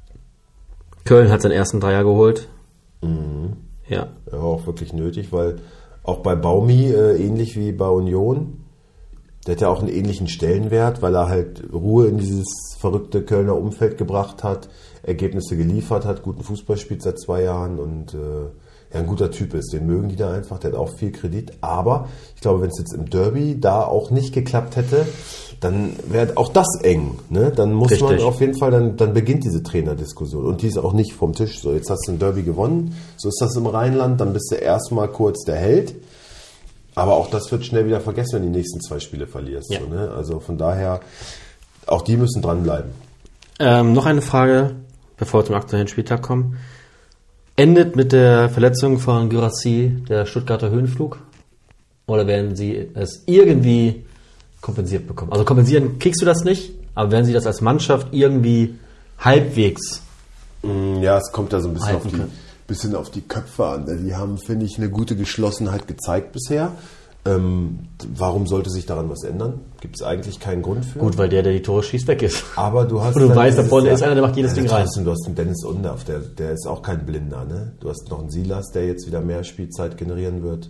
Köln hat seinen ersten Dreier geholt. Mhm. Ja. Ja, auch wirklich nötig, weil auch bei Baumi, äh, ähnlich wie bei Union, der hat ja auch einen ähnlichen Stellenwert, weil er halt Ruhe in dieses verrückte Kölner Umfeld gebracht hat, Ergebnisse geliefert hat, guten Fußball spielt seit zwei Jahren und äh, ja, ein guter Typ ist. Den mögen die da einfach, der hat auch viel Kredit. Aber ich glaube, wenn es jetzt im Derby da auch nicht geklappt hätte, dann wäre auch das eng. Ne? Dann muss Richtig. man auf jeden Fall, dann, dann beginnt diese Trainerdiskussion. Und die ist auch nicht vom Tisch. So, jetzt hast du ein Derby gewonnen, so ist das im Rheinland, dann bist du erstmal kurz der Held. Aber auch das wird schnell wieder vergessen, wenn du die nächsten zwei Spiele verlierst. Ja. So, ne? Also von daher, auch die müssen dranbleiben. Ähm, noch eine Frage, bevor wir zum aktuellen Spieltag kommen. Endet mit der Verletzung von Guirassy der Stuttgarter Höhenflug? Oder werden Sie es irgendwie kompensiert bekommen? Also kompensieren kriegst du das nicht, aber werden Sie das als Mannschaft irgendwie halbwegs... Ja, es kommt da so ein bisschen auf, halten die, können? bisschen auf die Köpfe an. Die haben, finde ich, eine gute Geschlossenheit gezeigt bisher. Ähm, warum sollte sich daran was ändern? Gibt es eigentlich keinen Grund für. Gut, weil der, der die Tore schießt, weg ist. Aber du hast Und du dann weißt, da dieses- vorne ist einer, der macht jedes ja, Ding rein. trotzdem, du hast einen Dennis Undaff, der, der ist auch kein Blinder. Ne? Du hast noch einen Silas, der jetzt wieder mehr Spielzeit generieren wird.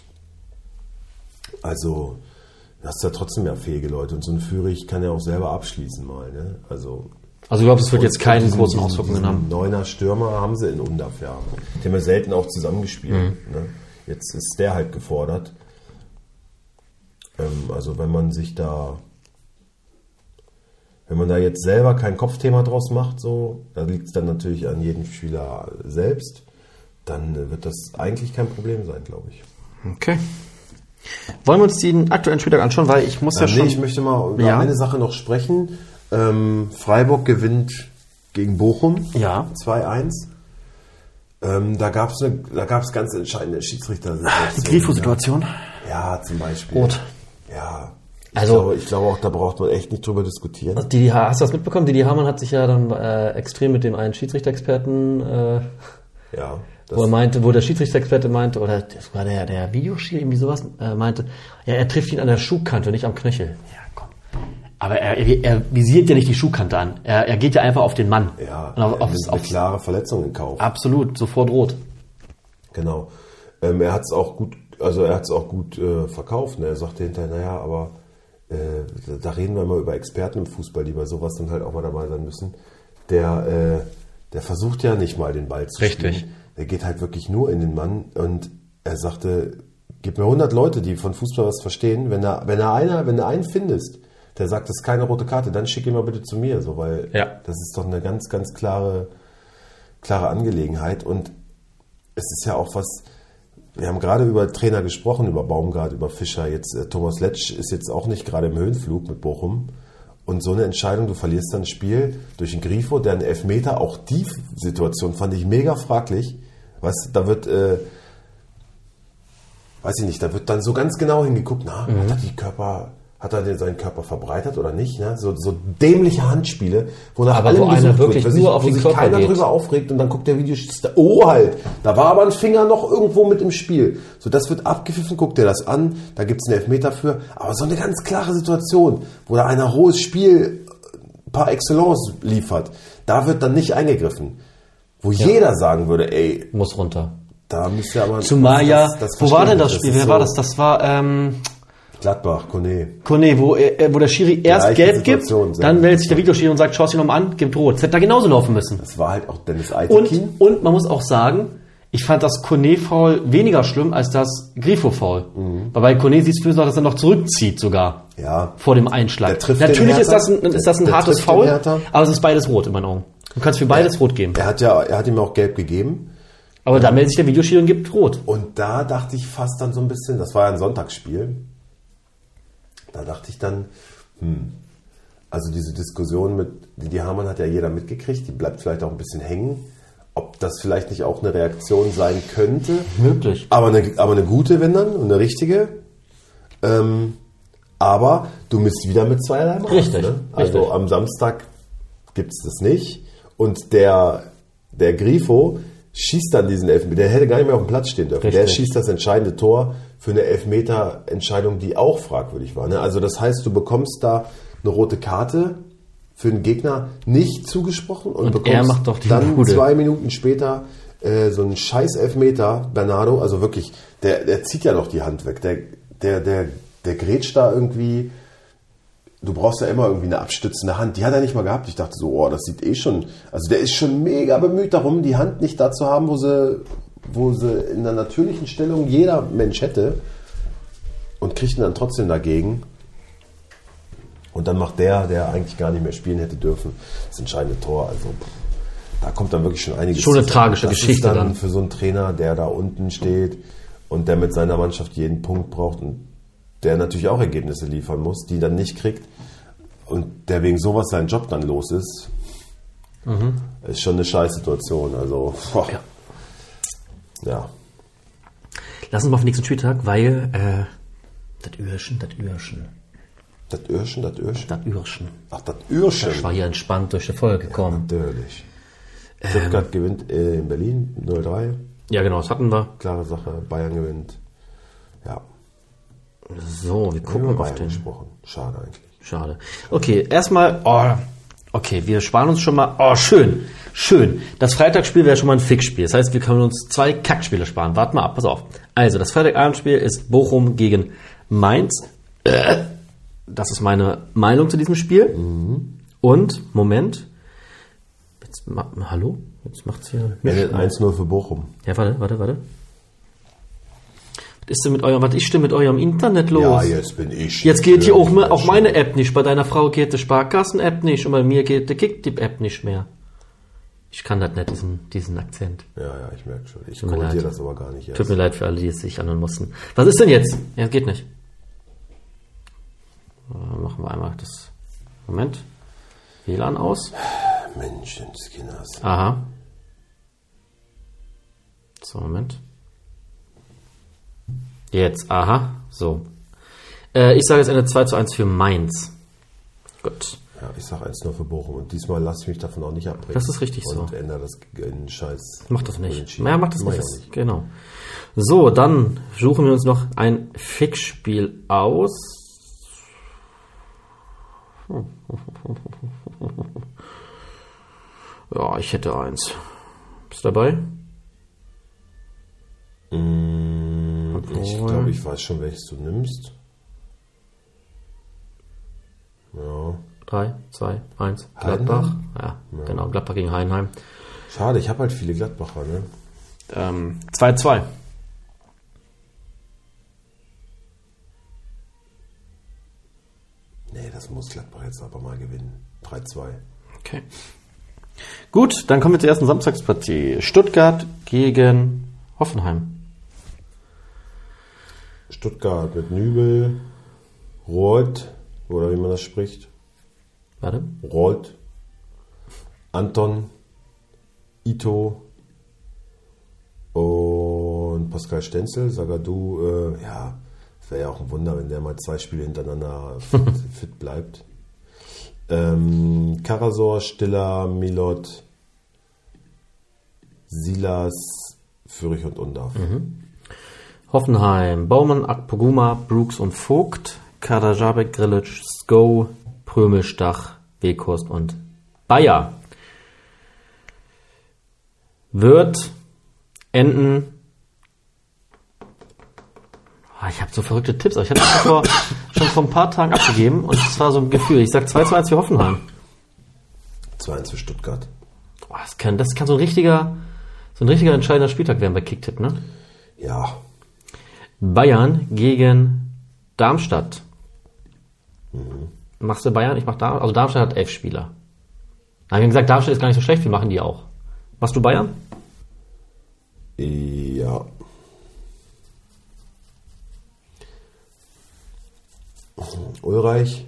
Also, du hast ja trotzdem mehr fähige Leute. Und so ein Führig kann ja auch selber abschließen mal. Ne? Also, Also du glaubst, es wird jetzt keine diesen- großen diesen- Auswirkungen diesen haben? Neuner Stürmer haben sie in Undaff, ja. Die haben ja selten auch zusammengespielt. Mhm. Ne? Jetzt ist der halt gefordert. Ähm, also wenn man sich da, wenn man da jetzt selber kein Kopfthema draus macht, so, da liegt es dann natürlich an jedem Spieler selbst, dann äh, wird das eigentlich kein Problem sein, glaube ich. Okay. Wollen wir uns den aktuellen Spieltag anschauen, weil ich muss ja Ähm, schon... nee, ich möchte mal über Ja. eine Sache noch sprechen. Ähm, Freiburg gewinnt gegen Bochum Ja. zwei eins. Ähm, da gab es da gab's ganz entscheidende Schiedsrichter-Situationen. Die Grifo-Situation. Ja, zum Beispiel. Rot. Ja. Ich, Also- glaube, ich glaube auch, da braucht man echt nicht drüber diskutieren. Also Didi, hast du das mitbekommen? Didi Hamann hat sich ja dann äh, extrem mit dem einen Schiedsrichter-Experten, äh, Ja. Das, wo er meinte, wo der Schiedsrichter-Experte meinte, oder das war der, der Videoschiri, irgendwie sowas, äh, meinte, ja, er trifft ihn an der Schuhkante, nicht am Knöchel. Ja, komm. Aber er, er, er visiert ja nicht die Schuhkante an. Er, er geht ja einfach auf den Mann. ja, Und auf, er auf, nimmt auf, eine klare Verletzung in Kauf. absolut, sofort rot. Genau. Ähm, er hat es auch gut, also er hat es auch gut äh, verkauft. Ne? Er sagte hinterher, naja, aber äh, da, da reden wir mal über Experten im Fußball, die bei sowas dann halt auch mal dabei sein müssen. Der, äh, der versucht ja nicht mal den Ball zu Richtig. spielen. Der geht halt wirklich nur in den Mann und er sagte, gib mir hundert Leute, die von Fußball was verstehen. Wenn er, wenn er einer, wenn du einen findest, der sagt, das ist keine rote Karte, dann schick ihn mal bitte zu mir, so, weil Ja. das ist doch eine ganz, ganz klare, klare Angelegenheit und es ist ja auch was, wir haben gerade über Trainer gesprochen, über Baumgart, über Fischer, jetzt äh, Thomas Letsch ist jetzt auch nicht gerade im Höhenflug mit Bochum und so eine Entscheidung, du verlierst dann ein Spiel durch einen Grifo, der einen Elfmeter, auch die Situation fand ich mega fraglich, weißt du, da wird, äh, weiß ich nicht, da wird dann so ganz genau hingeguckt, na, Mhm. hat er die Körper... Hat er den, seinen Körper verbreitert oder nicht? Ne? So, so dämliche Handspiele, wo nach Aber allem wo einer gesucht wirklich wird, wo nur sich, auf wo den sich Körper keiner geht. drüber aufregt und dann guckt der Videoschiedsrichter, oh halt, da war aber ein Finger noch irgendwo mit im Spiel. So, das wird abgepfiffen, guckt dir das an, da gibt es einen Elfmeter für, aber so eine ganz klare Situation, wo da einer hohes Spiel par excellence liefert, da wird dann nicht eingegriffen. Wo ja. jeder sagen würde, ey... Muss runter. Da müsste ja aber... Zumal ja... Wo war denn das Spiel? Das Wer so war das? Das war... Ähm, Gladbach, Kone. Kone, wo, äh, wo der Schiri erst gelb gibt, dann meldet sich der Videoschiri und sagt, schau es dir nochmal an, gibt rot. Das hätte da genauso laufen müssen. Das war halt auch Dennis Eitekin. Und, und man muss auch sagen, ich fand das Kone-Foul weniger schlimm als das Grifo-Foul. Mhm. Weil bei Kone siehst du, dass er noch zurückzieht sogar. Ja. Vor dem Einschlag. Der trifft Natürlich den ist das ein, ist das ein der hartes Foul, aber es ist beides rot in meinen Augen. Du kannst für beides er, rot geben. Er hat ja, er hat ihm auch gelb gegeben. Aber da meldet sich der Videoschiri und gibt rot. Und da dachte ich fast dann so ein bisschen, das war ja ein Sonntagsspiel. Da dachte ich dann, hm, also diese Diskussion mit Didi Hamann hat ja jeder mitgekriegt, die bleibt vielleicht auch ein bisschen hängen. Ob das vielleicht nicht auch eine Reaktion sein könnte. Möglich. Aber eine, aber eine gute, wenn dann, und eine richtige. Ähm, aber du misst wieder mit zweierlei Maß. Richtig. Ne? Also richtig. Am Samstag gibt es das nicht. Und der, der Grifo schießt dann diesen Elfmeter. Der hätte gar nicht mehr auf dem Platz stehen dürfen. Richtig. Der schießt das entscheidende Tor für eine Elfmeter-Entscheidung, die auch fragwürdig war. Ne? Also das heißt, du bekommst da eine rote Karte für den Gegner nicht zugesprochen und, und bekommst er macht doch die dann Bude. zwei Minuten später äh, so einen scheiß Elfmeter, Bernardo, also wirklich, der, der zieht ja noch die Hand weg, der, der, der, der grätscht da irgendwie, du brauchst ja immer irgendwie eine abstützende Hand, die hat er nicht mal gehabt, ich dachte so, oh, das sieht eh schon, also der ist schon mega bemüht darum, die Hand nicht da zu haben, wo sie, wo sie in einer natürlichen Stellung jeder Mensch hätte und kriegt ihn dann trotzdem dagegen. Und dann macht der, der eigentlich gar nicht mehr spielen hätte dürfen, das entscheidende Tor. Also da kommt dann wirklich schon einiges. Schon eine tragische das Geschichte ist dann, dann für so einen Trainer, der da unten steht und der mit seiner Mannschaft jeden Punkt braucht und der natürlich auch Ergebnisse liefern muss, die dann nicht kriegt und der wegen sowas seinen Job dann los ist, mhm. ist schon eine Scheißsituation. Also boah. Ja. ja. Lass uns mal auf den nächsten Spieltag, weil äh, das Öhrchen, das Öhrchen. Das Öhrchen, das Öhrchen? Das Öhrchen. Ach, das Öhrchen. Ich war hier entspannt durch die Folge gekommen. Ja, natürlich. Stuttgart ähm, gewinnt äh, in Berlin null drei. Ja, genau, das hatten wir. Klare Sache. Bayern gewinnt. Ja. So, wir gucken auf Bayern den. Gesprochen. Schade eigentlich. Schade. Okay, erstmal, oh, okay, wir sparen uns schon mal, oh, schön, schön. Das Freitagsspiel wäre schon mal ein Fixspiel. Das heißt, wir können uns zwei Kackspiele sparen. Warte mal ab, pass auf. Also, das Freitagabendspiel ist Bochum gegen Mainz. Äh. Das ist meine Meinung zu diesem Spiel. Mhm. Und, Moment. Jetzt, ma, hallo? Jetzt macht's hier. eins null für Bochum. Ja, warte, warte, warte. Was ist denn mit eurem, was ist denn mit eurem Internet los? Ja, jetzt bin ich. Jetzt geht hier auch, auch meine App nicht. Bei deiner Frau geht die Sparkassen-App nicht und bei mir geht die Kicktipp-App nicht mehr. Ich kann das nicht, diesen, diesen Akzent. Ja, ja, ich merke schon. Ich kommentiere das aber gar nicht erst. Tut mir leid für alle, die es sich anhören mussten. Was ist denn jetzt? Ja, geht nicht. Machen wir einmal das. Moment. W L A N aus. Menschenskinders. Aha. So, Moment. Jetzt, aha. So. Äh, ich sage jetzt eine zwei zu eins für Mainz. Gut. Ja, ich sage eins null für Bochum. Und diesmal lasse ich mich davon auch nicht abbrechen. Das ist richtig und so. Und ändere das in Scheiß. Mach das nicht. Ja, mach das nicht. nicht. Genau. So, dann suchen wir uns noch ein Fixspiel aus. Ja, ich hätte eins. Bist du dabei? Mm, ich glaube, ich weiß schon, welches du nimmst. Ja. drei, zwei, eins. Gladbach. Ja, ja, genau. Gladbach gegen Heidenheim. Schade, ich habe halt viele Gladbacher, ne? Ähm, zwei zwei. Nee, das muss Gladbach jetzt aber mal gewinnen. drei zwei. Okay. Gut, dann kommen wir zur ersten Samstagspartie. Stuttgart gegen Hoffenheim. Stuttgart mit Nübel, Roth, oder wie man das spricht. Warte. Roth, Anton, Ito und Pascal Stenzel. Zagadou, äh, ja, es wäre ja auch ein Wunder, wenn der mal zwei Spiele hintereinander fit, fit bleibt. Ähm, Karasor, Stiller, Milot, Silas, Fürich und Undarf. Mhm. Hoffenheim, Baumann, Akpoguma, Brooks und Vogt, Kadajabek, Grilic, Sko, Prömel, Stach, Weghorst und Bayer. Wird enden. Ich habe so verrückte Tipps, aber ich hatte das vor, schon vor ein paar Tagen abgegeben und es war so ein Gefühl. Ich sag zwei zu eins für Hoffenheim. zwei eins für Stuttgart. Oh, das kann, das kann so ein richtiger, so ein richtiger entscheidender Spieltag werden bei Kicktipp, ne? Ja. Bayern gegen Darmstadt. Mhm. Machst du Bayern? Ich mach Darmstadt. Also Darmstadt hat elf Spieler. Da haben wir gesagt, Darmstadt ist gar nicht so schlecht, wir machen die auch. Machst du Bayern? Ja. Ulreich.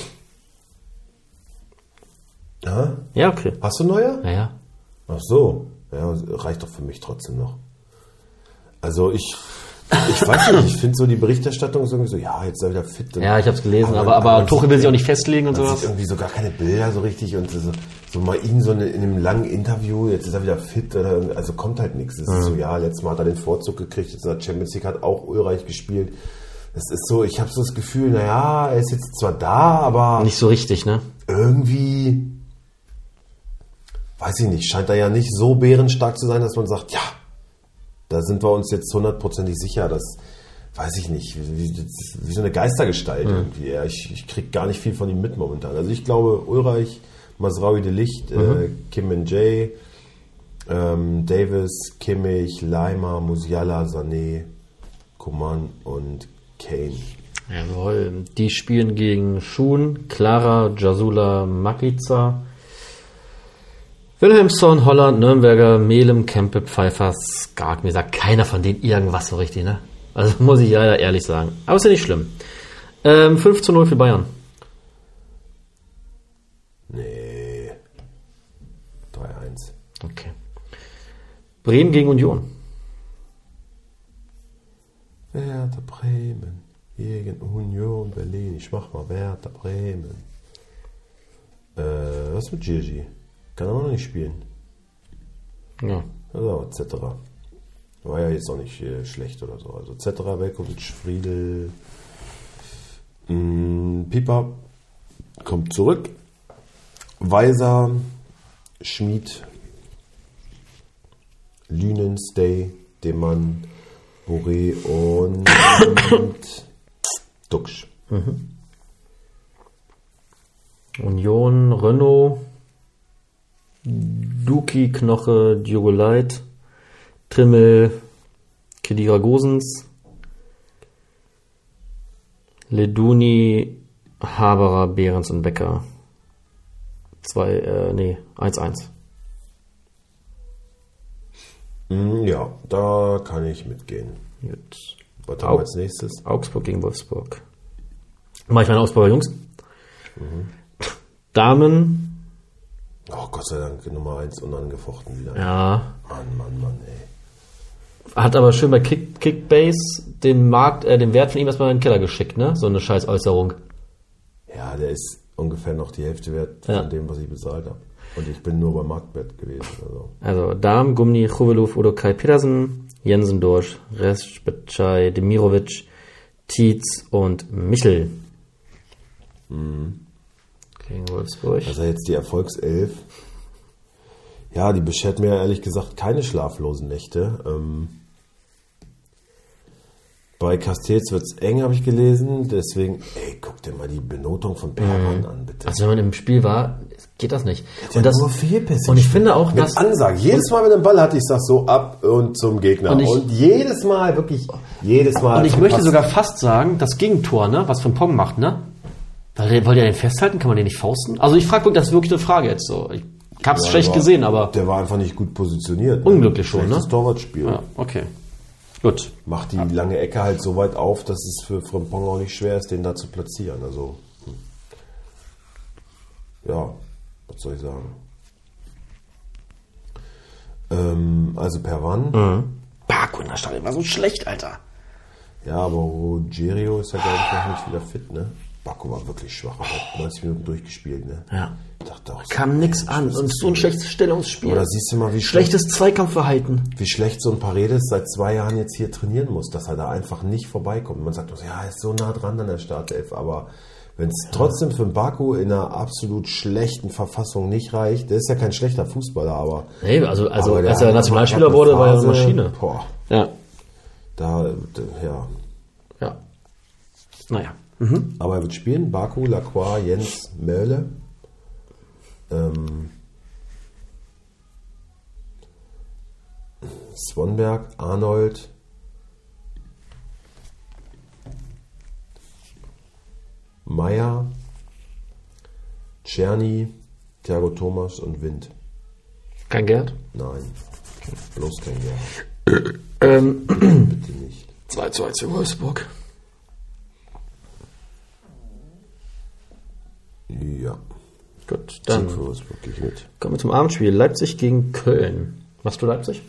Ja? Ja, okay. Hast du neue? Ja, ja. Ach so. Ja, reicht doch für mich trotzdem noch. Also ich, ich weiß nicht, ich finde so die Berichterstattung ist irgendwie so, ja, jetzt ist er wieder fit. Ja, ich habe es gelesen, aber, aber, aber Tuchel will sich auch nicht festlegen und man sowas. sieht irgendwie so gar keine Bilder so richtig und so, so mal ihn so in einem langen Interview, jetzt ist er wieder fit, oder, also kommt halt nichts. Es ist Mhm. so, ja, letztes Mal hat er den Vorzug gekriegt, jetzt in der Champions League hat auch Ulreich gespielt. Das ist so, ich habe so das Gefühl, naja, er ist jetzt zwar da, aber Nicht so richtig, ne? irgendwie, weiß ich nicht, scheint er ja nicht so bärenstark zu sein, dass man sagt, ja, da sind wir uns jetzt hundertprozentig sicher, dass, weiß ich nicht, wie, wie, wie so eine Geistergestalt mhm. irgendwie. Ja, ich, ich kriege gar nicht viel von ihm mit momentan. Also ich glaube, Ulreich, Mazraoui de Ligt, mhm. äh, Kim Min-jae, ähm, Davis, Kimmich, Leimer, Musiala, Sané, Coman und Kane. Jawohl. Die spielen gegen Schun, Clara, Jasula, Makica, Wilhelmsson, Holland, Nürnberger, Melem, Kempe, Pfeiffer, Skark. Mir sagt keiner von denen irgendwas so richtig, ne? Also muss ich leider ehrlich sagen. Aber ist ja nicht schlimm. Ähm, fünf zu null für Bayern. Nee. drei eins. Okay. Bremen gegen Union. Werder Bremen gegen Union Berlin. Ich mach mal Werder Bremen. Äh, was mit Gigi? Kann er noch nicht spielen. Ja. Also, et cetera. War ja jetzt auch nicht äh, schlecht oder so. Also, et cetera, Velkovic, Friedel, mh, Pipa kommt zurück. Weiser, Schmid, Lünens, Day, Demann, Boré und Duxch. Mhm. Union, Renault, Duki, Knoche, Diogoleit, Trimmel, Kedira Gosens, Leduni, Haberer, Behrens und Becker. Zwei, äh, nee, eins eins. Ja, da kann ich mitgehen. Gut. Was haben wir als nächstes? Augsburg gegen Wolfsburg. Mach ich meine Augsburger Jungs. Mhm. Damen. Oh, Gott sei Dank, Nummer eins unangefochten wieder. Ja. Mann, Mann, Mann, ey. Hat aber schön bei Kick, Kickbase den Markt, äh, den Wert von ihm erstmal in den Keller geschickt, ne? So eine scheiß Äußerung. Ja, der ist ungefähr noch die Hälfte wert ja. von dem, was ich bezahlt habe. Und ich bin nur beim Marktwert gewesen. Also, also Dahm, Gumni, Chovelov, Udokai Petersen, Jensen Dorsch, Respetschai, Demirovic, Tietz und Michel. Mhm. Gegen Wolfsburg. Also jetzt die Erfolgself. Ja, die beschert mir ehrlich gesagt keine schlaflosen Nächte. Ähm, bei Castells wird es eng, habe ich gelesen. Deswegen, ey, guck dir mal die Benotung von Perman mhm. an, bitte. Also wenn man im Spiel war, geht das nicht. Und, und, das, nur Fehlpässe und ich finde auch, mit dass... Ansage. Jedes Mal, wenn er den Ball hat, ich sag so ab und zum Gegner. Und, ich, und jedes Mal, wirklich, jedes Mal. Und ich möchte Pass. sogar fast sagen, das Gegentor, ne, was von Pong macht, ne? Weil, wollt ihr den festhalten? Kann man den nicht fausten? Also ich frage wirklich, das ist wirklich eine Frage jetzt so. Ich hab's ja, schlecht war, gesehen, aber... Der war einfach nicht gut positioniert. Unglücklich schon, ne? Das Torwartspiel. Ja, okay. Gut. Macht die ja. lange Ecke halt so weit auf, dass es für Frimpong auch nicht schwer ist, den da zu platzieren. Also, hm. ja, was soll ich sagen? Ähm, also Perwan. Mhm. Baku in der Stadion war so schlecht, Alter. Ja, aber Rogerio ist ja, glaube ich, noch nicht wieder fit, ne? Baku war wirklich schwach, hat neunzig Minuten durchgespielt, ne? Ja. Ich dachte auch, kam nix an und so ein schlechtes Stellungsspiel. Oder siehst du mal, wie schlechtes Zweikampfverhalten. Wie schlecht so ein Paredes seit zwei Jahren jetzt hier trainieren muss, dass er da einfach nicht vorbeikommt. Man sagt, ja, er ist so nah dran an der Startelf, aber Wenn es trotzdem für einen Baku in einer absolut schlechten Verfassung nicht reicht, der ist ja kein schlechter Fußballer, aber... Nee, also, also aber als er Nationalspieler wurde, war er eine Maschine. Boah, Ja. da, ja. Ja. Naja. Mhm. Aber er wird spielen. Baku, Lacroix, Jens, Möhle. Ähm, Swanberg, Arnold... Meier, Czerny, Thiago Thomas und Wind. Kein Gerd? Nein, bloß kein Gerd. Ähm, Bitte nicht. zwei zu eins für Wolfsburg. Ja. Gut, dann Sieg für Wolfsburg, gehe ich mit. kommen wir zum Abendspiel. Leipzig gegen Köln. Machst du Leipzig?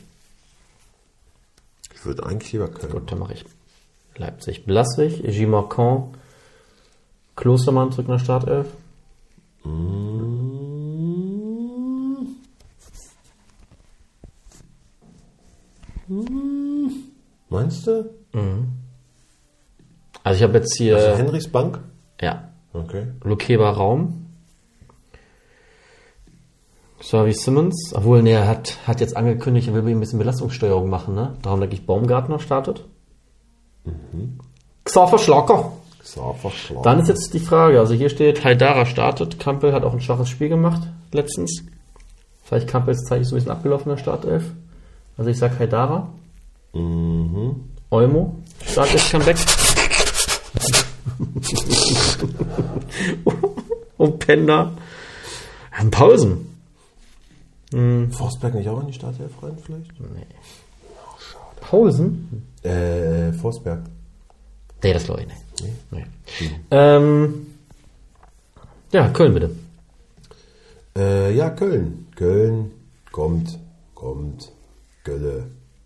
Ich würde eigentlich lieber Köln. Gut, dann mache ich Leipzig. Blaswig, Gimarcon, Klostermann zurück nach Startelf. Mmh. Mmh. Meinst du? Also ich habe jetzt hier... Also Henrichs Bank? Ja. Okay. Lukeba Raum. Xavi Simmons. Obwohl, nee, er hat, hat jetzt angekündigt, er will ein bisschen Belastungssteuerung machen, ne? Darum denke ich, Baumgartner startet. Mhm. Xaver Schlager. Dann ist jetzt die Frage, also hier steht, Haidara startet, Kampel hat auch ein schwaches Spiel gemacht, letztens. Vielleicht Kampels Zeit ist so ein bisschen abgelaufen in der Startelf. Also ich sag Haidara. Mhm. Olmo, Startelf Comeback. Und Pender. Pausen. Mhm. Forsberg nicht auch in die Startelf rein vielleicht? Nee. Oh, schade. Pausen? Äh, Forsberg. Nee, das glaube ich nicht. Nee. Nee. Mhm. Ähm, ja, Köln bitte. Äh, ja, Köln. Köln kommt, kommt, Gölle.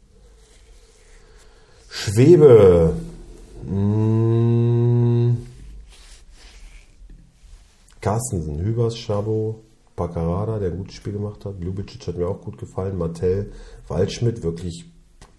Schwebe. Mmh. Carstensen, Hübers, Schabo, Paccarada, der ein gutes Spiel gemacht hat. Ljubicic hat mir auch gut gefallen. Martell, Waldschmidt, wirklich...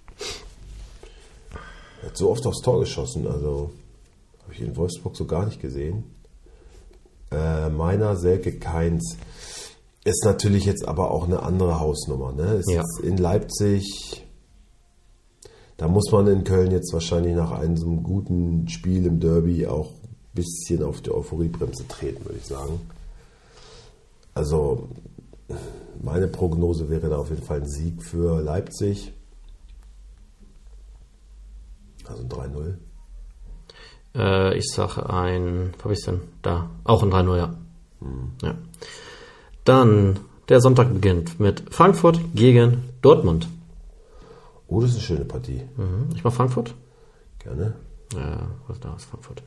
Er hat so oft aufs Tor geschossen, also habe ich in Wolfsburg so gar nicht gesehen. Äh, Meiner, Selke, Keins. Ist natürlich jetzt aber auch eine andere Hausnummer. Ne? Ist ja. In Leipzig, da muss man in Köln jetzt wahrscheinlich nach einem so einem guten Spiel im Derby auch ein bisschen auf die Euphoriebremse treten, würde ich sagen. Also meine Prognose wäre da auf jeden Fall ein Sieg für Leipzig. Also ein drei null. Äh, ich sage ein, wo habe ich denn? Da, auch ein drei null, ja. Hm. ja. Dann, der Sonntag beginnt mit Frankfurt gegen Dortmund. Oh, das ist eine schöne Partie. Mhm. Ich mach Frankfurt. Gerne. Ja, was da ist Frankfurt.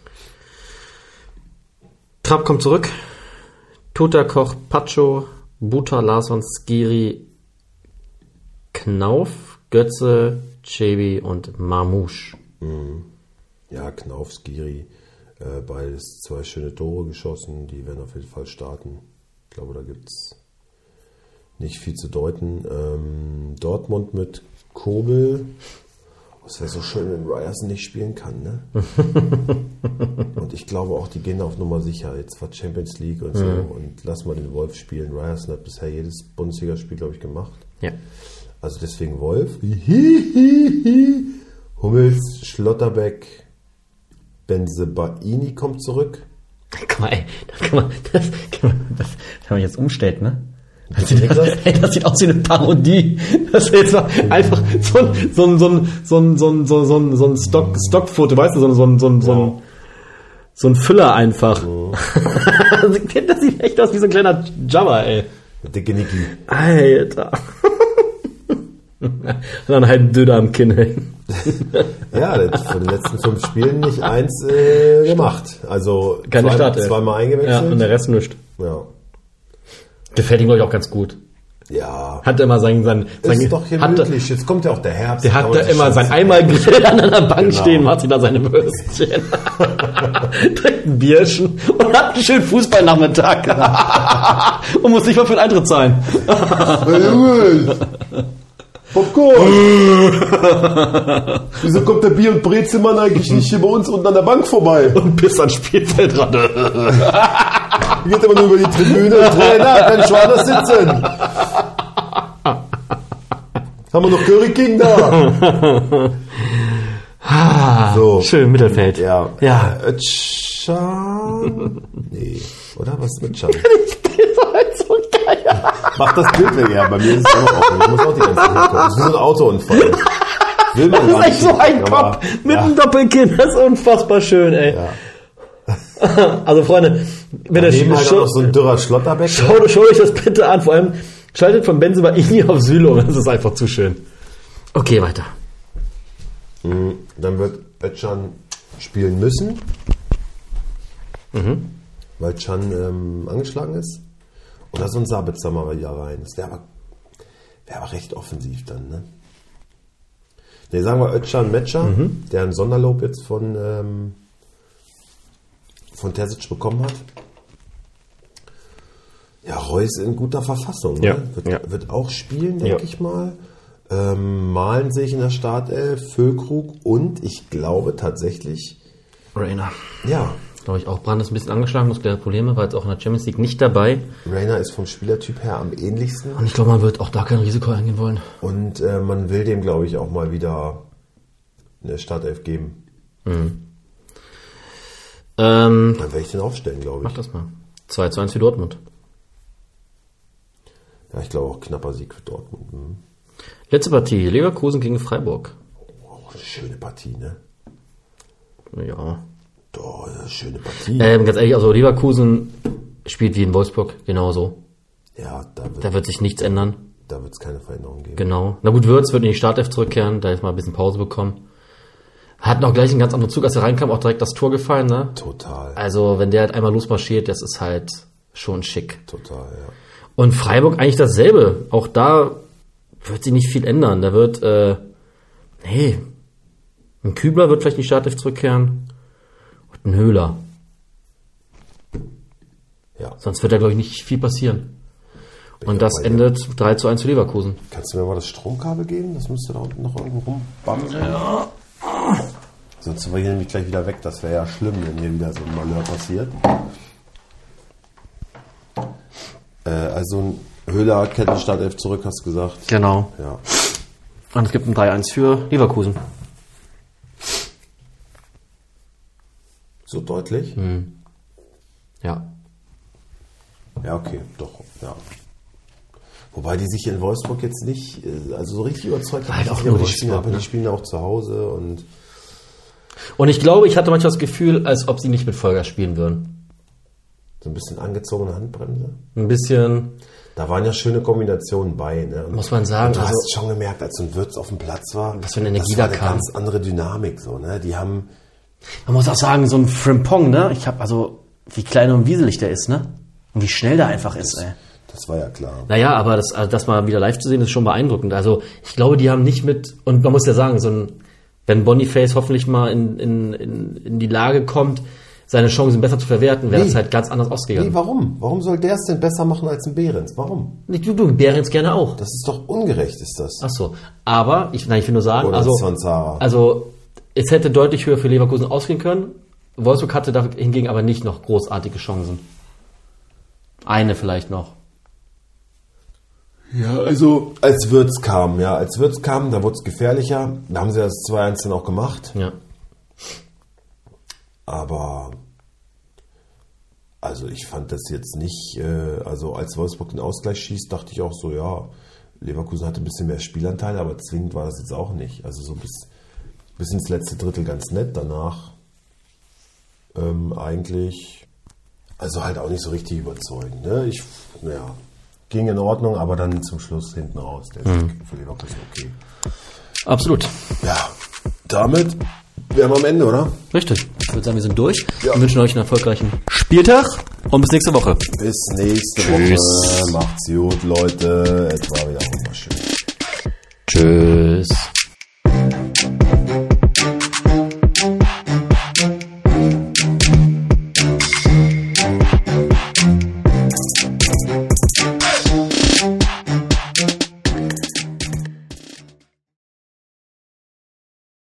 Trapp kommt zurück. Tuta, Koch, Pacho, Buta, Larsson, Skiri, Knauf, Götze, Cebi und Marmouche. Mhm. Ja, Knauf, Skiri, äh, beides zwei schöne Tore geschossen, die werden auf jeden Fall starten. Ich glaube, da gibt es nicht viel zu deuten. Ähm, Dortmund mit Kobel. Es wäre so schön, wenn Ryerson nicht spielen kann, ne? Und ich glaube auch, die gehen auf Nummer sicher. Jetzt war Champions League und so. Mhm. Und lass mal den Wolf spielen. Ryerson hat bisher jedes Bundesligaspiel, glaube ich, gemacht. Ja. Also deswegen Wolf. Hummels, Schlotterbeck, Bensebaini kommt zurück. Guck mal, ey, das kann man, das kann man, das kann man jetzt umstellen, ne? Das sieht, das, ey, das sieht aus wie eine Parodie. Das ist jetzt mal einfach so ein, so ein, so ein, so ein, so ein, so ein, so ein Stock, Stockfoto, weißt du, so ein, so ein, so ein, so ein, so ein Füller einfach. Mhm. Das sieht echt aus wie so ein kleiner Jabba, ey. Dicke Niki. Alter. Und dann halt ein Döder am Kinn, ey. Ja, der hat von den letzten fünf Spielen nicht eins äh, gemacht. Also keine zwei, Start, zweimal eingewechselt. Ja, und der Rest nischt. Ja. Gefällt ihm, glaube ich, auch ganz gut. Ja. Hat immer sein... sein, sein ist doch gemütlich. Jetzt kommt ja auch der Herbst. Der hat da immer sein Eimer-Grill an einer Bank genau. stehen, macht sich da seine Würstchen. Trinkt ein Bierchen und hat einen schönen Fußballnachmittag. Und muss nicht mal für den Eintritt zahlen. Popcorn! Wieso kommt der Bier- und Brezelmann eigentlich nicht hier bei uns unten an der Bank vorbei? Und bis ans Spielfeld ran. Geht aber nur über die Tribüne. Trainer, kann ich woanders sitzen. Haben wir noch Curry King da? Ah, So. schön, Mittelfeld. Ja. Ja. Äh, Özcan? Nee. Oder? Was ist mit Can? So geil. Mach das Bild weg, ja. Bei mir ist es immer offen. Ich muss auch die ganze Zeit hinkommen. Das ist wie so ein Autounfall. Will man Das gar ist echt nicht so ein sehen, aber- Kopf mit ja. einem Doppelkinn. Das ist unfassbar schön, ey. Ja. Also, Freunde, wenn ihr Neben halt auch schaut, noch so ein dürrer Schlotterbeck. schaut, schaut euch das bitte an. Vor allem schaltet von Benzema Ini auf Sülo. Das ist einfach zu schön. Okay, weiter. Mhm. Dann wird Özcan spielen müssen. Mhm. Weil Can ähm, angeschlagen ist. Oder so ein Sabitzer mal wieder rein. Das wäre aber, wär aber recht offensiv dann, ne? Ne, sagen wir Özcan Metscher, Mhm. der ein Sonderlob jetzt von, ähm, von Terzic bekommen hat. Ja, Reus in guter Verfassung. Ne? Ja, Wird, ja. wird auch spielen, denke Ja. ich mal. Ähm, Malen sehe ich in der Startelf, Füllkrug und ich glaube tatsächlich, Rainer. ja, Glaube ich auch. Brand ist ein bisschen angeschlagen, muskuläre Probleme, war jetzt auch in der Champions League nicht dabei. Rainer ist vom Spielertyp her am ähnlichsten. Und ich glaube, man wird auch da kein Risiko eingehen wollen. Und äh, man will dem, glaube ich, auch mal wieder eine Startelf geben. Ähm, Dann werde ich den aufstellen, glaube mach ich. das mal. zwei zu eins für Dortmund. Ja, ich glaube auch knapper Sieg für Dortmund. Mhm. Letzte Partie, Leverkusen gegen Freiburg. Oh, eine schöne Partie, ne? Ja. Doch, eine schöne Partie. Ähm, ganz ehrlich, also Leverkusen spielt wie in Wolfsburg, genauso. Ja, da wird Da wird sich nichts ändern. da wird's keine Veränderung geben. Genau. Na gut, Würz wird in die Startelf zurückkehren, da jetzt mal ein bisschen Pause bekommen. Hatten auch gleich einen ganz anderen Zug, als er reinkam, auch direkt das Tor gefallen, ne? Total, Also, wenn der halt einmal losmarschiert, das ist halt schon schick. total, ja. Und Freiburg eigentlich dasselbe. Auch da wird sich nicht viel ändern. Da wird, äh, nee, ein Kübler wird vielleicht in die Startelf zurückkehren und ein Höhler. Ja. Sonst wird da, glaube ich, nicht viel passieren. Bin Und ich das auch bei dir. endet drei zu eins für Leverkusen. Kannst du mir mal das Stromkabel geben? Das müsste da unten noch irgendwo rumbammeln. Ja. Sonst sind wir hier nämlich gleich wieder weg. Das wäre ja schlimm, wenn hier wieder so ein Malheur passiert. Äh, also ein Höhler, Kettenstartelf zurück, hast du gesagt. Genau. Ja. Und es gibt ein drei eins für Leverkusen. So deutlich? Ja. Ja, okay, doch, ja. Wobei die sich in Wolfsburg jetzt nicht, äh, also so richtig überzeugt haben. Halt auch die nur aber die spielen, Wolfsburg, aber ne? die spielen ja auch zu Hause und Und ich glaube, ich hatte manchmal das Gefühl, als ob sie nicht mit Vollgas spielen würden. so ein bisschen angezogene Handbremse. Ein bisschen, Da waren ja schöne Kombinationen bei. Ne? Und, muss man sagen, und du also, hast schon gemerkt, als so ein Würz auf dem Platz war, Was für eine Energie das war da eine kam. ganz andere Dynamik. So, ne? Die haben, man muss auch sagen, so ein Frimpong, ne? Ich habe also, wie klein und wieselig der ist, ne? Und wie schnell der einfach ist, ey. das war ja klar. Naja, aber das, also das mal wieder live zu sehen, ist schon beeindruckend. Also ich glaube, die haben nicht mit, und man muss ja sagen, so ein, wenn Boniface hoffentlich mal in, in, in, in die Lage kommt, seine Chancen besser zu verwerten, wäre Nee. das halt ganz anders ausgegangen. Nee, warum? Warum soll der es denn besser machen als ein Behrens? Warum? Nee, du, du, Behrens gerne auch. Das ist doch ungerecht, ist das. Ach so. Aber, ich, nein, ich will nur sagen, Oder also, Zwanzara. also, es hätte deutlich höher für Leverkusen ausgehen können. Wolfsburg hatte da hingegen aber nicht noch großartige Chancen. Eine vielleicht noch. Ja, also als Würz kam, ja, als Würz kam, da wurde es gefährlicher. Da haben sie das zwei eins dann auch gemacht. Ja. Aber also ich fand das jetzt nicht, äh, also als Wolfsburg den Ausgleich schießt, dachte ich auch so, ja, Leverkusen hatte ein bisschen mehr Spielanteil, aber zwingend war das jetzt auch nicht. Also so bis, bis ins letzte Drittel ganz nett, danach ähm, eigentlich, also halt auch nicht so richtig überzeugend. Ne? Ich, naja, ging in Ordnung, aber dann zum Schluss hinten raus, der Sieg für Leverkusen okay. Absolut. Ja, damit wären wir am Ende, oder? Richtig. Ich würde sagen, wir sind durch. Ja. Wir wünschen euch einen erfolgreichen Spieltag und bis nächste Woche. Bis nächste Tschüss. Woche. Macht's gut, Leute. Es war wieder wunderschön. Tschüss.